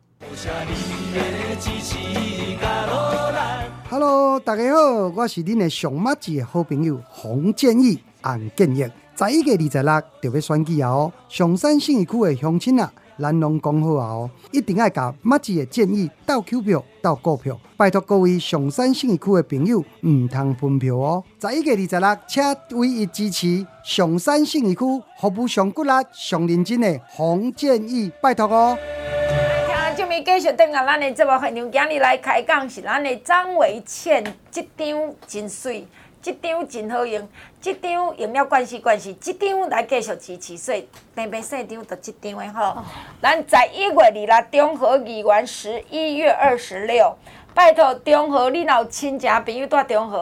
Hello， 大家好，我是恁的上马子的好朋友洪建义、洪建义。11月26就要选举啊哦，上山信义区的乡亲啊，咱拢讲好啊哦，一定要甲马子的建议斗扣票、斗股票，拜托各位上山信义区的朋友唔通分票哦。11月26，请唯一支持上山信义区服务上骨力、上认真的洪建义，拜托哦。 今日继续登啊，咱的节目现场，今日来开讲是咱的张维倩，这张真水，这张真好用，这张用了关系，这张来继续支持，所以平平细张就这张的吼。咱11月26中和议员11月26，拜托中和，你若有亲戚朋友住中和，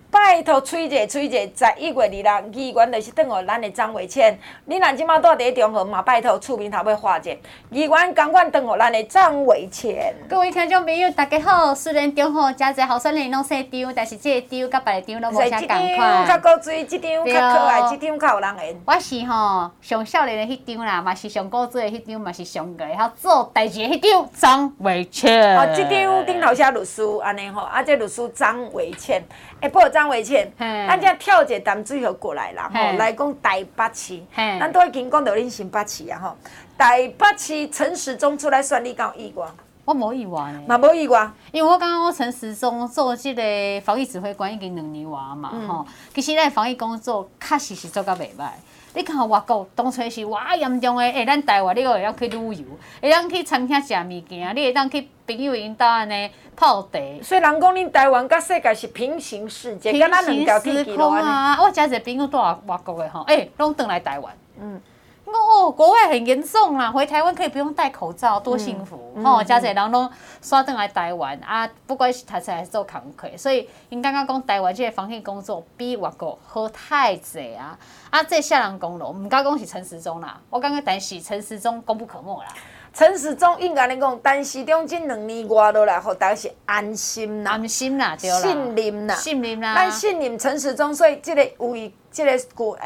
拜托催者，11月26，议员就是等于咱的张伟倩。你若即马住伫中和嘛，拜托厝面头要画者，议员甘愿等于咱的张伟倩。 各位听众朋友，大家好。虽然中和真侪候选人拢姓张，但是这个张甲别个张拢无啥共款。 这张较古锥，这张较可爱，这张较有人缘。 我是吼上少年的迄张啦，嘛是上古锥的迄张，嘛是上个会晓做代志的迄张张伟倩。 哦，这张顶头写律师安尼吼，啊，这律师张伟倩，会报张伟倩。咱遮跳一个淡水河过来啦，吼，来讲台北市，咱都已经讲到恁新北市啊，吼，台北市陈时中出来选，你敢有意愿？ 我无意愿的， 嘛无意愿， 因为我感觉我陈时中做即个防疫指挥官已经2年外嘛，吼，其实咱防疫工作确实是做甲袂歹。你看外国当初是偌严重的，咱台湾你会当去旅游，会当去餐厅食物件，你会当去朋友因兜安尼泡茶。 所以人讲恁台湾甲世界是平行世界，敢咱两条天际路啊！我真侪朋友住外国的吼，拢转来台湾。我讲哦，国外很严重啦，回台湾可以不用戴口罩，多幸福！吼，真侪人拢刷转来台湾啊，不管是读册还是做工课，所以因感觉讲台湾这个防疫工作比外国好太济啊！啊，这下人讲咯，唔敢讲是陈时中啦，我感觉但是陈时中功不可没啦。 陈时中应该来讲，陈时中这2年外落来，互大家是安心啦， 安心啦，对啦， 信任啦， 信任啦， 咱信任陈时中，所以这个为这个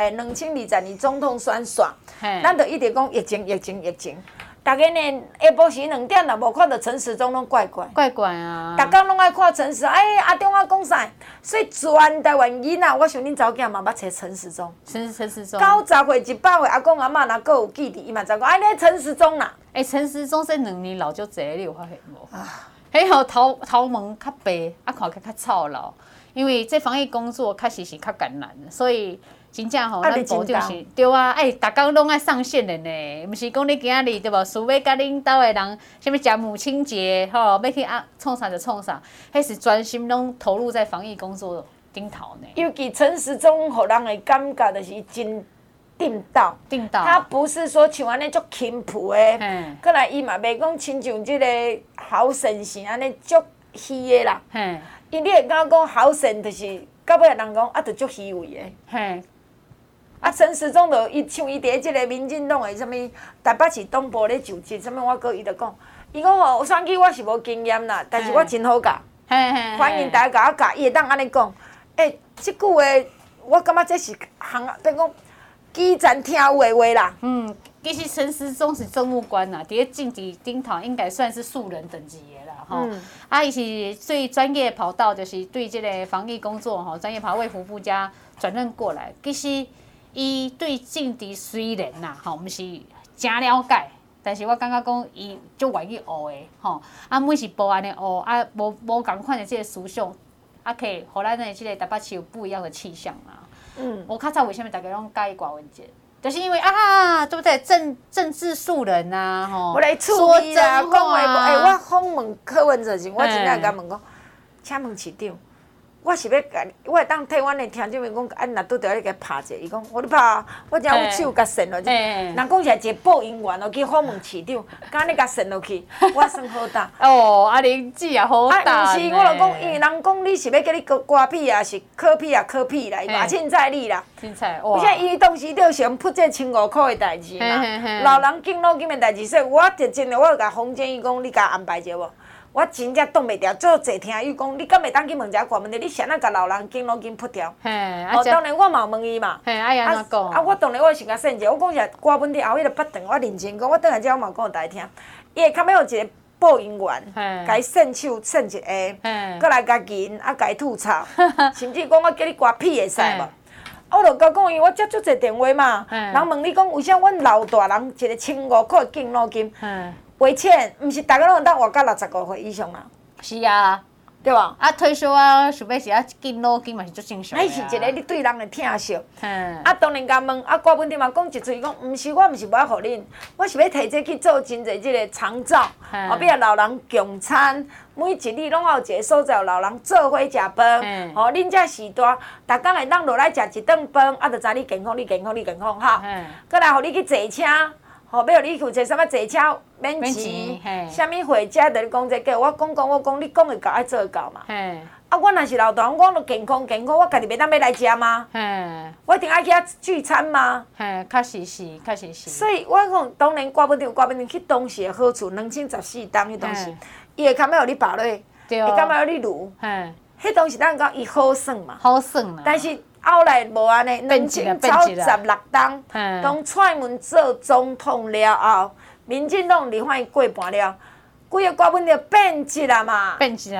2020年总统选选，咱就一直讲疫情。大家呢下晡时2点啦，无看到陈时中拢怪啊！ 大家拢爱看陈时，阿中啊讲啥？所以全台湾囡仔，我想恁查某囝嘛捌找陈时中。陈时中。90岁、100岁，阿公阿嬷若阁有记伫，伊嘛知讲，你陈时中啦。 陈时中这2年老就济，你有发现无？迄号头毛较白，啊看起来较操劳，因为这防疫工作确实是较艰难的，所以。真正吼，咱部长是对啊，逐工拢爱上线的呢，毋是讲你今日对无？想要甲恁兜的人，啥物食母亲节吼，要去创啥就创啥，迄是专心拢投入在防疫工作顶头呢。 尤其陈时中，互人的感觉就是真定道。他不是说像安尼足轻浮的，过来伊嘛袂讲亲像即个好神仙安尼足虚的啦。因你会感觉讲好神，就是到尾人讲啊，就足虚伪的。陈时中就像伊伫即个民进党的啥物台北市东部咧就职，啥物我哥伊就讲，伊讲吼选举我是无经验啦，但是我真好教，欢迎大家甲我教，伊会当安尼讲。即句话我感觉这是行，等于讲基层听有的话啦。 其实陈时中是政务官呐，伫咧政治顶头应该算是素人等级的啦，吼。伊是最专业跑道，就是对即个防疫工作吼，专业跑卫福部加转任过来，其实。伊对政治虽然呐，吼，毋是真了解，但是我感觉讲伊足愿意学的，吼，每一步安尼学，无共款的即个思想，可以互咱的即个台北市有不一样的气象啦。我较早为什么大家拢介意郭文杰？就是因为对不对？政治素人呐，吼， 我来说真话无，我访问柯文哲时，我真正甲问讲，请问市长。我是要甲，我会当替阮的听众们讲，若拄着你甲拍者，伊讲我你拍，我真有手甲扇落去。人讲是一个报应员哦，去访问市长，敢你甲扇落去，我算好打。 林子也好打。 毋是，我就讲，因为人讲你是要叫你刮屁啊，是科屁啊，科屁啦，马凊彩你啦。凊彩哇！而且伊当时就想扑这1500块的代志嘛，老人敬老金的代志，所以我就真的，我甲洪建议讲，你甲安排者无？我真正挡袂牢，做侪听伊讲，你敢会当去问一下关问题？你谁甲老人敬老金扑掉？当然我嘛有问伊嘛。 安怎讲？ 我当然我是甲说者，我讲是关问题后迄个八段，我认真讲，我倒来遮我嘛讲互大家听。伊会较要有一个报应员，甲伊伸手伸一下，过来甲银甲伊吐槽，甚至讲我叫你刮屁会使无？我就甲讲，因为我接足侪电话嘛，人问你讲为啥阮老大人一个1500块敬老金？维倩，毋是大家拢有当活到65岁以上啦。 是啊， 对吧？ 退休想要是敬老金嘛是足正常。 迄是一个你对人的疼惜。当然甲问郭文婷嘛讲一嘴讲，毋是我毋是无爱互恁，我是要摕这去做真侪即个长照，比如老人共餐，每一日拢有一个所在有老人做伙食饭，恁遮时代，逐工会当落来食一顿饭，就知你健康，你健康，你健康哈。过来互你去坐车。要你去坐啥物坐车免钱，啥物回家，就你讲这个，我讲，你讲会到爱做到嘛。 啊，我若是老大，我都健康，我家己袂当要来食吗？我一定爱去遐聚餐吗？ 确实是。 所以我讲，当然刮不掉去当时的好处，2014当迄当时，伊会感觉互你拔落，会感觉互你撸，迄当时咱讲伊好算嘛。但是后来无安尼，2016当，当蔡英文做总统了后，民进党离反过半了。规个国本就变质啦嘛， 变质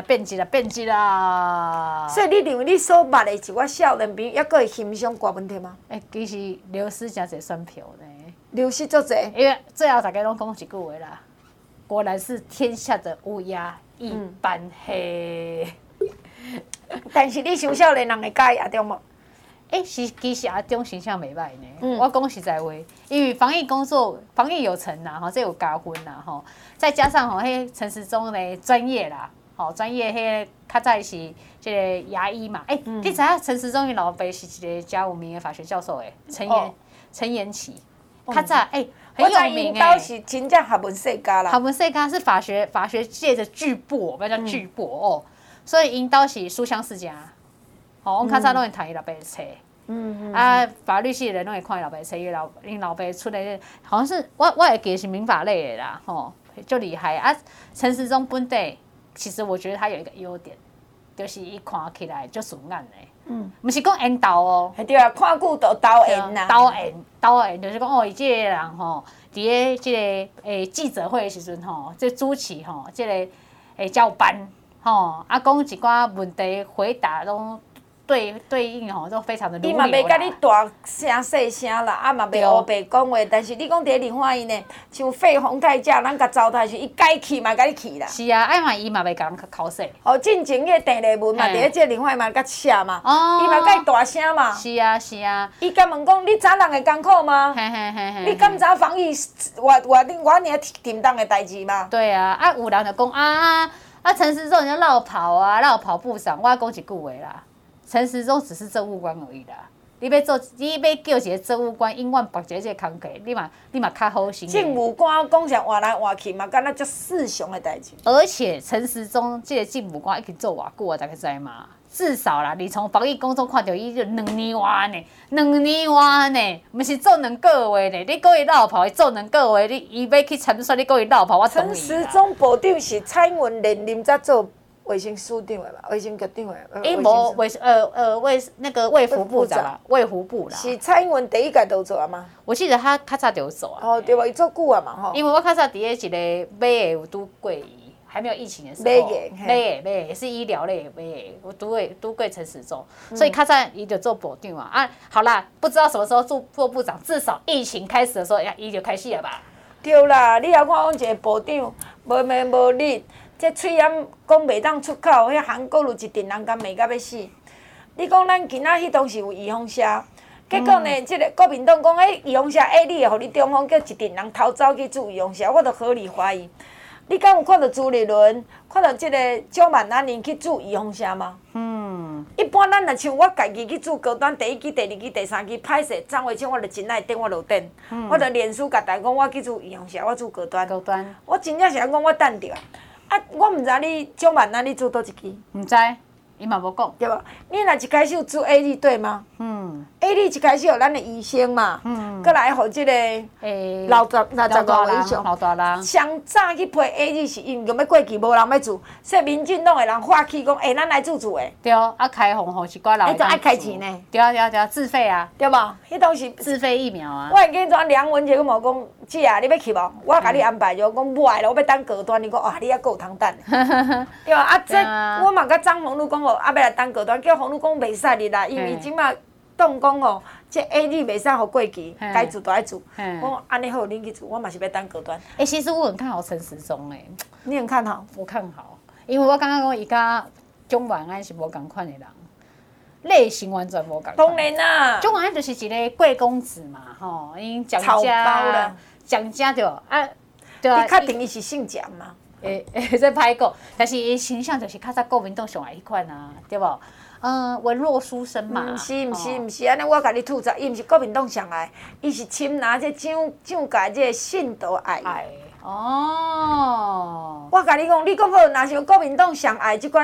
啦。 所以你认为你所捌的是我少年朋友，还佫会欣赏国本题吗？ 其实流失真侪选票呢， 流失足侪。 因为最后大家拢讲一句话啦，果然是天下的乌鸦一般黑。 但是你想少年人会介意阿中无？ 其实阿中形象袂歹呢。我讲实在话，因为防疫有成啦，这有加分啦，再加上迄陈时中的专业啦，专业迄较早是这个牙医嘛。你知影陈时中伊老爸是一个真有名的法学教授陈延琪，较早很有名我是真正学问世家啦。 学问世家是法学界的巨擘，不要叫巨擘哦。所以因兜是书香世家。阮较早拢会读伊老爸的册，法律系的人拢会看伊老爸的册，因老爸出的好像是我会记是民法类的啦，就厉害啊！陈时中本地，其实我觉得他有一个优点，就是伊看起来就顺眼的，毋是讲缘投哦， 对啊，看久就投缘啦， 投缘就是讲伊即个人伫咧即个记者会的时阵即主持即个交班讲一寡问题回答拢。对应都非常的如流啦。伊嘛袂甲你大声细声啦，嘛袂黑白讲话，但是你讲伫立法院呢，像废洪太正，咱甲糟蹋时，伊该去嘛，甲你去啦。 是啊，嘛伊嘛袂甲人考试。 进前迄个郑丽文嘛，伫咧即个立法院嘛甲写嘛，伊嘛甲伊大声嘛。 是啊。 伊甲问讲，你知人的艰苦吗？你敢知防疫我尔叮当的代志吗？ 对啊，有人就讲陈时中人家绕跑部长，我讲一句话啦。陈时中只是政务官而已啦，你要叫一个政务官永远绑一个工课，你嘛较好心。 政务官讲啥换来换去嘛，敢若足世俗的代志。 而且陈时中这个政务官已经做偌久啊，大家知吗？至少啦，你从防疫工作看到伊就2年外呢，毋是做2个月呢。你讲伊绕跑，伊做2个月，伊要去参选，你讲伊绕跑，我同意。 陈时中部长是蔡英文连任才做。卫生署长的吧，卫生局长的。 无卫福部长啦，卫福部啦。 是蔡英文第一届都做啊吗？ 我记得他较早就有做啊。 对吧？伊做久啊嘛吼。 因为我较早伫咧一个马的有拄过伊，还没有疫情的时候。马的也是医疗类的马的，我拄过陈时中，所以较早伊就做部长啊。好啦，不知道什么时候做部长，至少疫情开始的时候，伊就开始了吧？ 对啦，你也看阮一个部长，无眠无日。这喙炎讲袂当出口，迄韩国有一群人敢骂到要死。你讲咱今仔迄当时有预防车，结果呢，即个国民党讲，预防车，你会互你中方叫一群人偷走去做预防车，我就合理怀疑。你敢有看到朱立伦，看到即个蒋万安因去做预防车吗？一般咱若像我家己去做高端第1期、第2期、第3期，歹势张卫清我就真爱顶，我就顶，我就脸书甲大家讲，我去做预防车，我做高端。我真正是安讲，我等着。我毋知你蒋万安你做倒一期？ 毋知，伊嘛无讲， 对无？你若一开始有做 A 对吗？A 一开始有咱的医生嘛，搁来互即个老大人以上， 老大人。 上早去批 A 是因用要过期，无人要做，所以民进党的人发起讲，咱来做的。 对，开放互一寡人。 就爱开钱呢。 对，自费啊。 对无？迄当时自费疫苗啊。 我会记住梁文杰佮我讲，姐啊，你要去无？我甲你安排就讲不爱了，我要等高端。你讲你还佫有通等。对啊，这我嘛甲张宏宇讲要来等高端，叫宏宇讲袂使哩啦，因为即马当讲这 A 袂使互过期，该做都爱做。我安尼好，恁去做，我嘛是要等高端。 其实我很看好陈时中你很看好？ 我看好，因为我刚刚讲伊甲蒋万安是无共款的人，类型完全无共。 当然啦， 蒋万安就是一个贵公子嘛，因蒋家对啊， 对啊。你确定伊是姓蒋吗？ 这歹讲，但是伊形象就是较早国民党上来迄款啊，对无？文弱书生嘛。毋是，安尼我甲你吐槽，伊毋是国民党上来，伊是侵拿这蒋家这个信徒爱。我甲你讲，你讲好，若是国民党上爱即款人，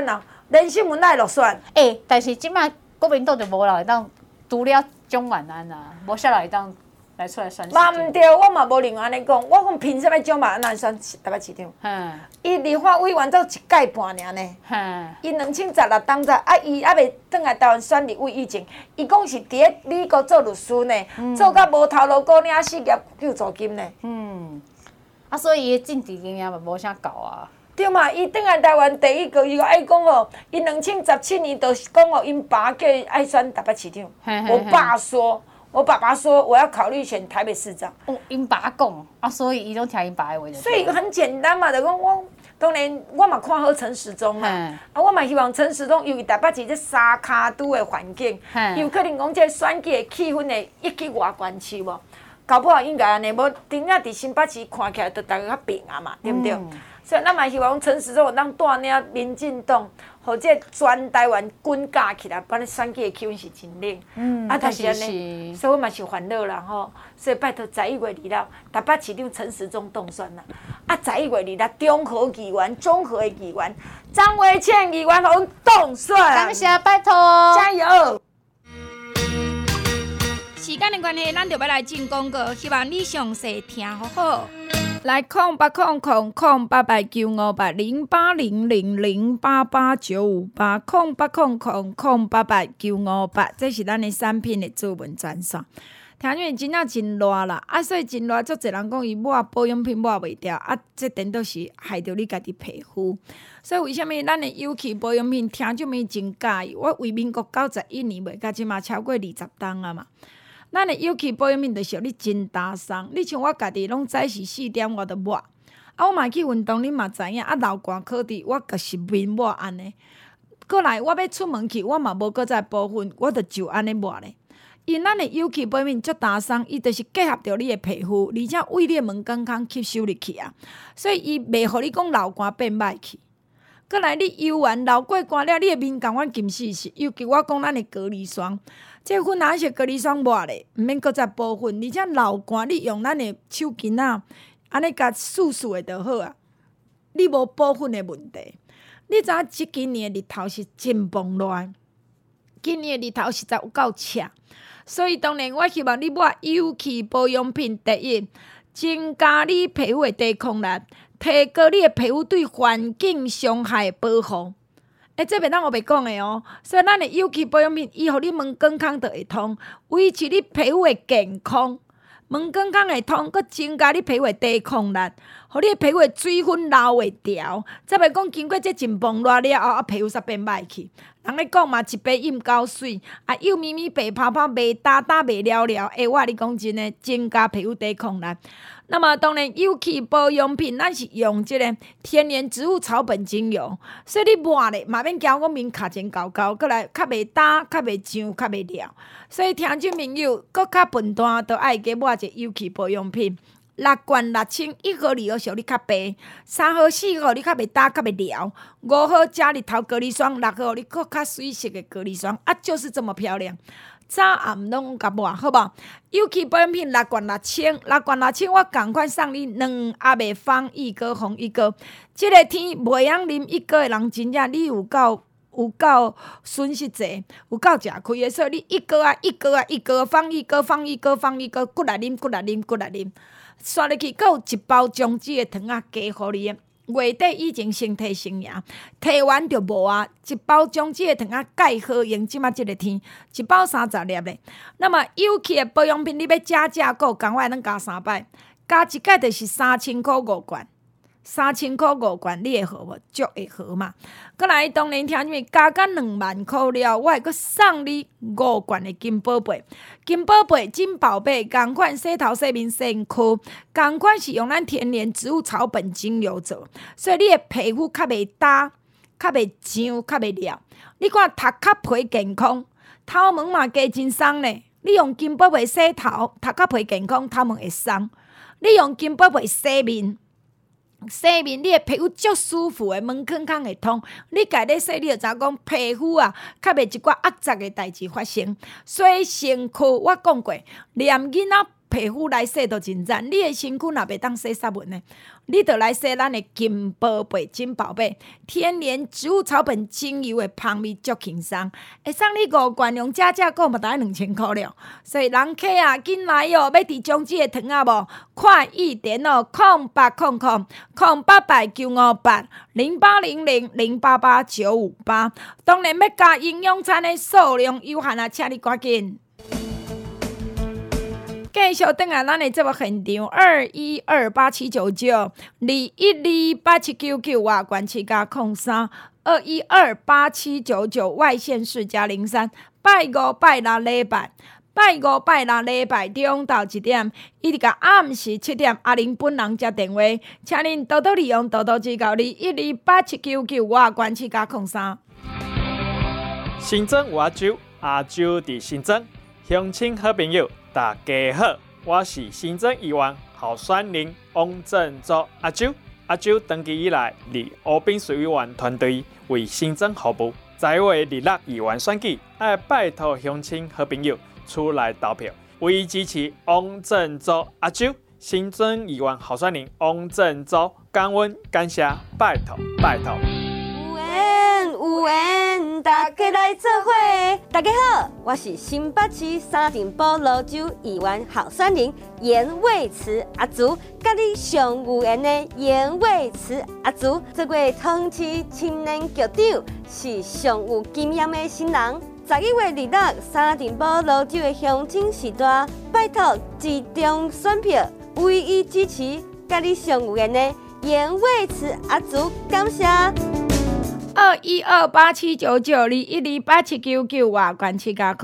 连新闻来落选。 但是即摆国民党就无人会当除了蒋万安啊，无啥人会当来出来选。 嘛毋对，我嘛无另外安尼讲，我讲凭啥物蒋万安来选台北市长？伊立法委员做一届半尔呢。伊2016当选，伊还袂转来台湾选立委以前，伊讲是伫咧美国做律师呢，做甲无头路股领失业救助金呢。 所以伊政治经验嘛无啥够啊。 对嘛，伊转来台湾第一个，伊爱讲哦，伊2017年就讲哦，因爸叫伊爱选台北市长。我爸爸说我要考虑选台北市长。 因爸讲所以伊拢听因爸的话。 所以很简单嘛，就讲我当然我嘛看好陈时中嘛，我嘛希望陈时中，由于台北市这三卡都的环境，有可能讲这选举的气氛会一去外关市无？搞不好应该安尼，无真正伫新北市看起来，就大家较平啊嘛，对不对？所以咱嘛希望陈时中有当带领民进党，或者全台湾滚架起来，把你选举的气氛是真冷。但是安尼，所以我嘛是烦恼啦吼。所以拜托11月2日，台北市长陈时中当选啦。11月2日，中和议员、综合的议员张维倩议员互当选。 感谢，拜托， 加油！ 时间的关系，咱就要来进广告，希望你详细听好好。来0800-088-958-0880-088-958，这是咱的产品的主文专线。听因为真正真热啦，所以真热，足侪人讲伊抹保养品抹袂掉，这点都是害着你家己皮肤。所以为什么咱的有气保养品听这么真介意？我为民国91年卖到即嘛超过20档啊嘛。咱的有气保养品就是你真打伤，你像我家己拢早是4点我就抹，我嘛去运动，你嘛知影，流汗可伫我就是面抹安尼。过来我要出门去，我嘛无搁再补粉，我就安尼抹咧。因咱的有气保养品足打伤，伊就是结合着你的皮肤，而且为你的门肛孔吸收入去啊，所以伊袂互你讲流汗变歹去。过来你游完流过汗了，你的面共阮金死死，尤其我讲咱的隔离霜。这粉红色隔离霜抹咧，毋免搁再补粉，而且流汗你用咱的手巾仔，安尼甲簌簌的就好啊。你无补粉的问题。你知影今年的日头是真崩热，今年的日头实在有够赤，所以当然我希望你抹有气保养品，第一，增加你皮肤的抵抗力，提高你的皮肤对环境伤害的保护。这袂当我袂讲的哦，所以咱的有气保养品，伊互你门肛孔就会通，维持你皮肤的健康。门肛孔会通，佮增加你皮肤的抵抗力，互你的皮肤的水分流会掉。再袂讲经过这真崩热了后，皮肤煞变歹去。人咧讲嘛，一杯饮够水，幼咪咪、白泡泡、白搭搭、白了了。我你讲真诶，增加皮肤抵抗力。那么当然，有气保养品，咱是用这个天然植物草本精油，所以你抹咧嘛免惊我面卡真厚厚，过来较袂打、较袂痒、较袂了。所以听众朋友，搁较笨蛋，都爱加抹一个有气保养品。6罐6千，1号2号小你较白，3号4号你较袂打、较袂了，5号加日头隔离霜，6号你搁较水色的隔离霜，就是这么漂亮。早暗拢甲抹，好无？有气保养品6罐6千，6罐6千，我共款送你2盒的防疫膏、防疫膏。这个天袂晓啉1膏的人，真正你有够损失济，有够吃亏的。所以你1膏防疫膏、防疫膏、防疫膏，骨来啉，骨来啉，骨来啉。刷入去，阁有1包姜子的糖加互你。月底以前先摕先赢，摕完就无啊！1包姜子的糖介好用，即马即个天1包30粒咧。那么有气的保养品，你要加购，共我能加3摆，加一届就是3000块5罐，3000块5罐，你会好无？足会好嘛！过来当然听咩加到2万块了，我会阁送你5罐的金宝贝。金宝贝、金宝贝，同款洗头、洗面、洗躯，同款是用咱天然植物草本精油做，所以你的皮肤较袂干、较袂痒、较袂了。你看头壳皮健康，头毛嘛加真松咧。你用金宝贝洗头，头壳皮健康，头毛会松。你用金宝贝洗面。洗面，你的皮肤足舒服的，门坑坑会通。你家咧洗，你就知讲皮肤啊，较袂一寡恶杂的代志发生。所以身躯我讲过，连囡仔皮肤来洗都真赞。你的身躯若袂当洗杀蚊呢，你就来洗咱的金宝贝、金宝贝天然植物草本精油的香味足轻松，会送你5罐，用加价购嘛，大概2000块了。所以人客啊，紧来哦！要伫中止的糖啊无？快一点哦！0800-958-0800-0888-958。当然要加营养餐的数量有限啊，请你赶紧。继续等下咱的节目现场，212879921287999外关7加03，2128799外县市加03，拜5拜6礼拜。拜5拜6礼拜中到1点，一直到暗时7点，阿玲本人接电话，请恁多多利用，多多指教。2128799外关7加03。 新庄有阿周，阿周伫新庄，乡亲好朋友，大家好，我是新庄议员候选人王振祖阿周。阿周登记以来，伫乌滨水委员团队为新庄服务。在位26议员选举，爱拜托乡亲好朋友出来投票，为支持王振祖阿周。新庄议员候选人王振祖，感恩感谢，拜托拜托。 有缘，大家来做伙。大家好，我是新北市三重埔蘆洲议员候选人严伟慈阿竹，甲你上有缘的严伟慈阿竹，做过汤市青年局长，是上有经验的新人。11月26，三重埔蘆洲的乡亲时代，拜托集中选票，唯一支持甲你上有缘的严伟慈阿竹，感谢。 212879921287999外关7加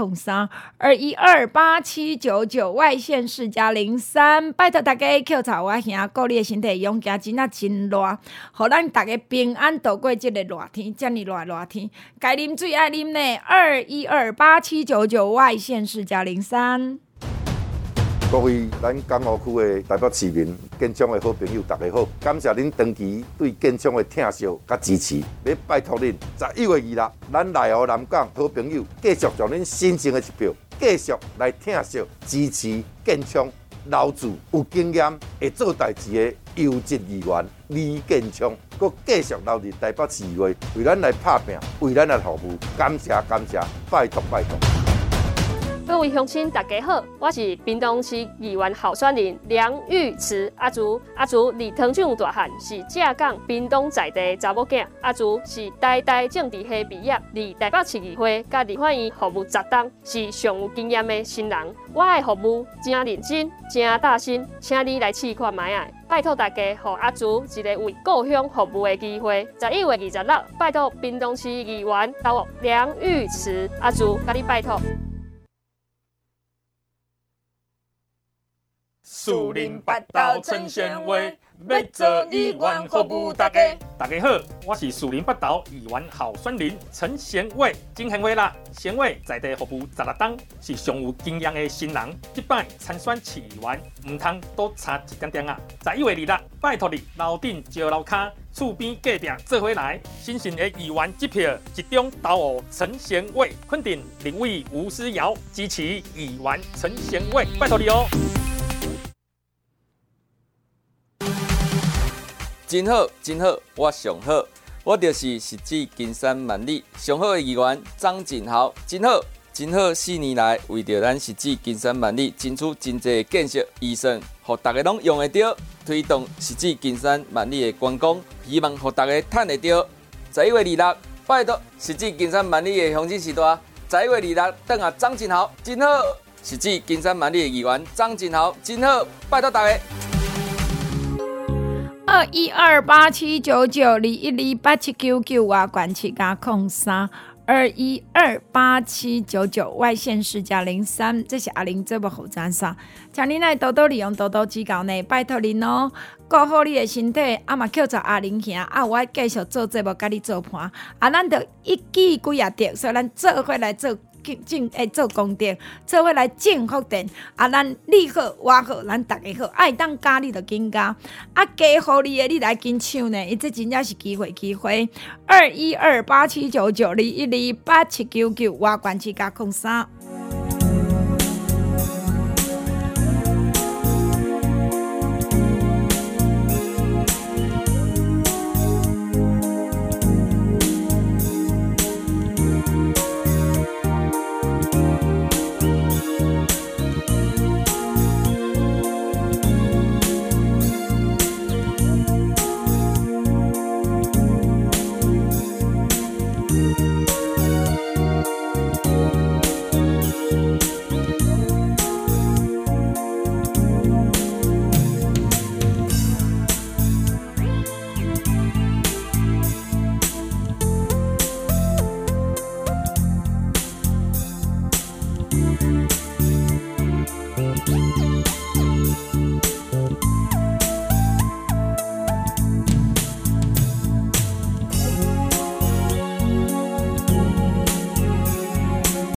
03，2128799外县市加03。拜托大家扣查我兄，顾你的身体，勇行真啊真热，互咱大家平安度过这个热天，这么热天，该啉水爱啉呢。2128799外县市加03。 各位咱港湖区的台北市民、建昌的好朋友，大家好！感谢恁长期对建昌的疼惜甲支持，要拜托恁11月26，咱内湖南港好朋友继续将恁新增的一票，继续来疼惜支持建昌老自有经验、会做代志的优质议员李建昌，佮继续留伫台北市议会，为咱来拍拼，为咱来服务。感谢感谢，拜托拜托。 各位乡亲，大家好，我是屏东市议员候选人梁玉慈阿竹。阿竹离汤厂大汉，是正港屏东在地查某囝。阿竹是代代政治系毕业，离台北市议会甲立法院服务10年，是上有经验的新人。我的服务真认真，真大心，请你来试看卖啊！拜托大家，予阿竹一个为故乡服务的机会。11月26，拜托屏东市议员投梁玉慈阿竹，甲你拜托。 树林八道陈贤伟，要做议员服务大家。大家好，我是树林八道议员候选人陈贤伟，真贤伟啦！贤伟在地服务16年，是上有经验的新人。这摆参选市议员，唔通多差一点点啊！11月26，拜托你楼顶招楼骹，厝边隔壁做伙来，新兴的议员一票集中投予陈贤伟，肯定立委吴思瑶，支持议员陈贤伟，拜托你哦！ 真好，真好，我上好，我就是实至金山万里上好的议员张振豪，真好，真好，4年来为着咱实至金山万里争取真济建设预算，互大家拢用得到，推动实至金山万里的观光，希望互大家赚得到。11月26，拜托实至金山万里的乡亲时代，11月26，等下张振豪，真好，实至金山万里的议员张振豪，真好，拜托大家。 212879921287999外关7加03，2128799外县市加03，这是阿玲做不好赞赏，请您来多多利用，多多指教呢，拜托您哦，顾好你的身体，嘛扣着阿玲兄，我爱继续做节目，甲你做伴，咱就一举几啊得，所以咱做伙来做。做功德，做伙来种福田。咱你好，我好，咱大家好，爱当加你就紧加，加互你的你来紧抢呢，这真正是机会。212879921287999外关7加03。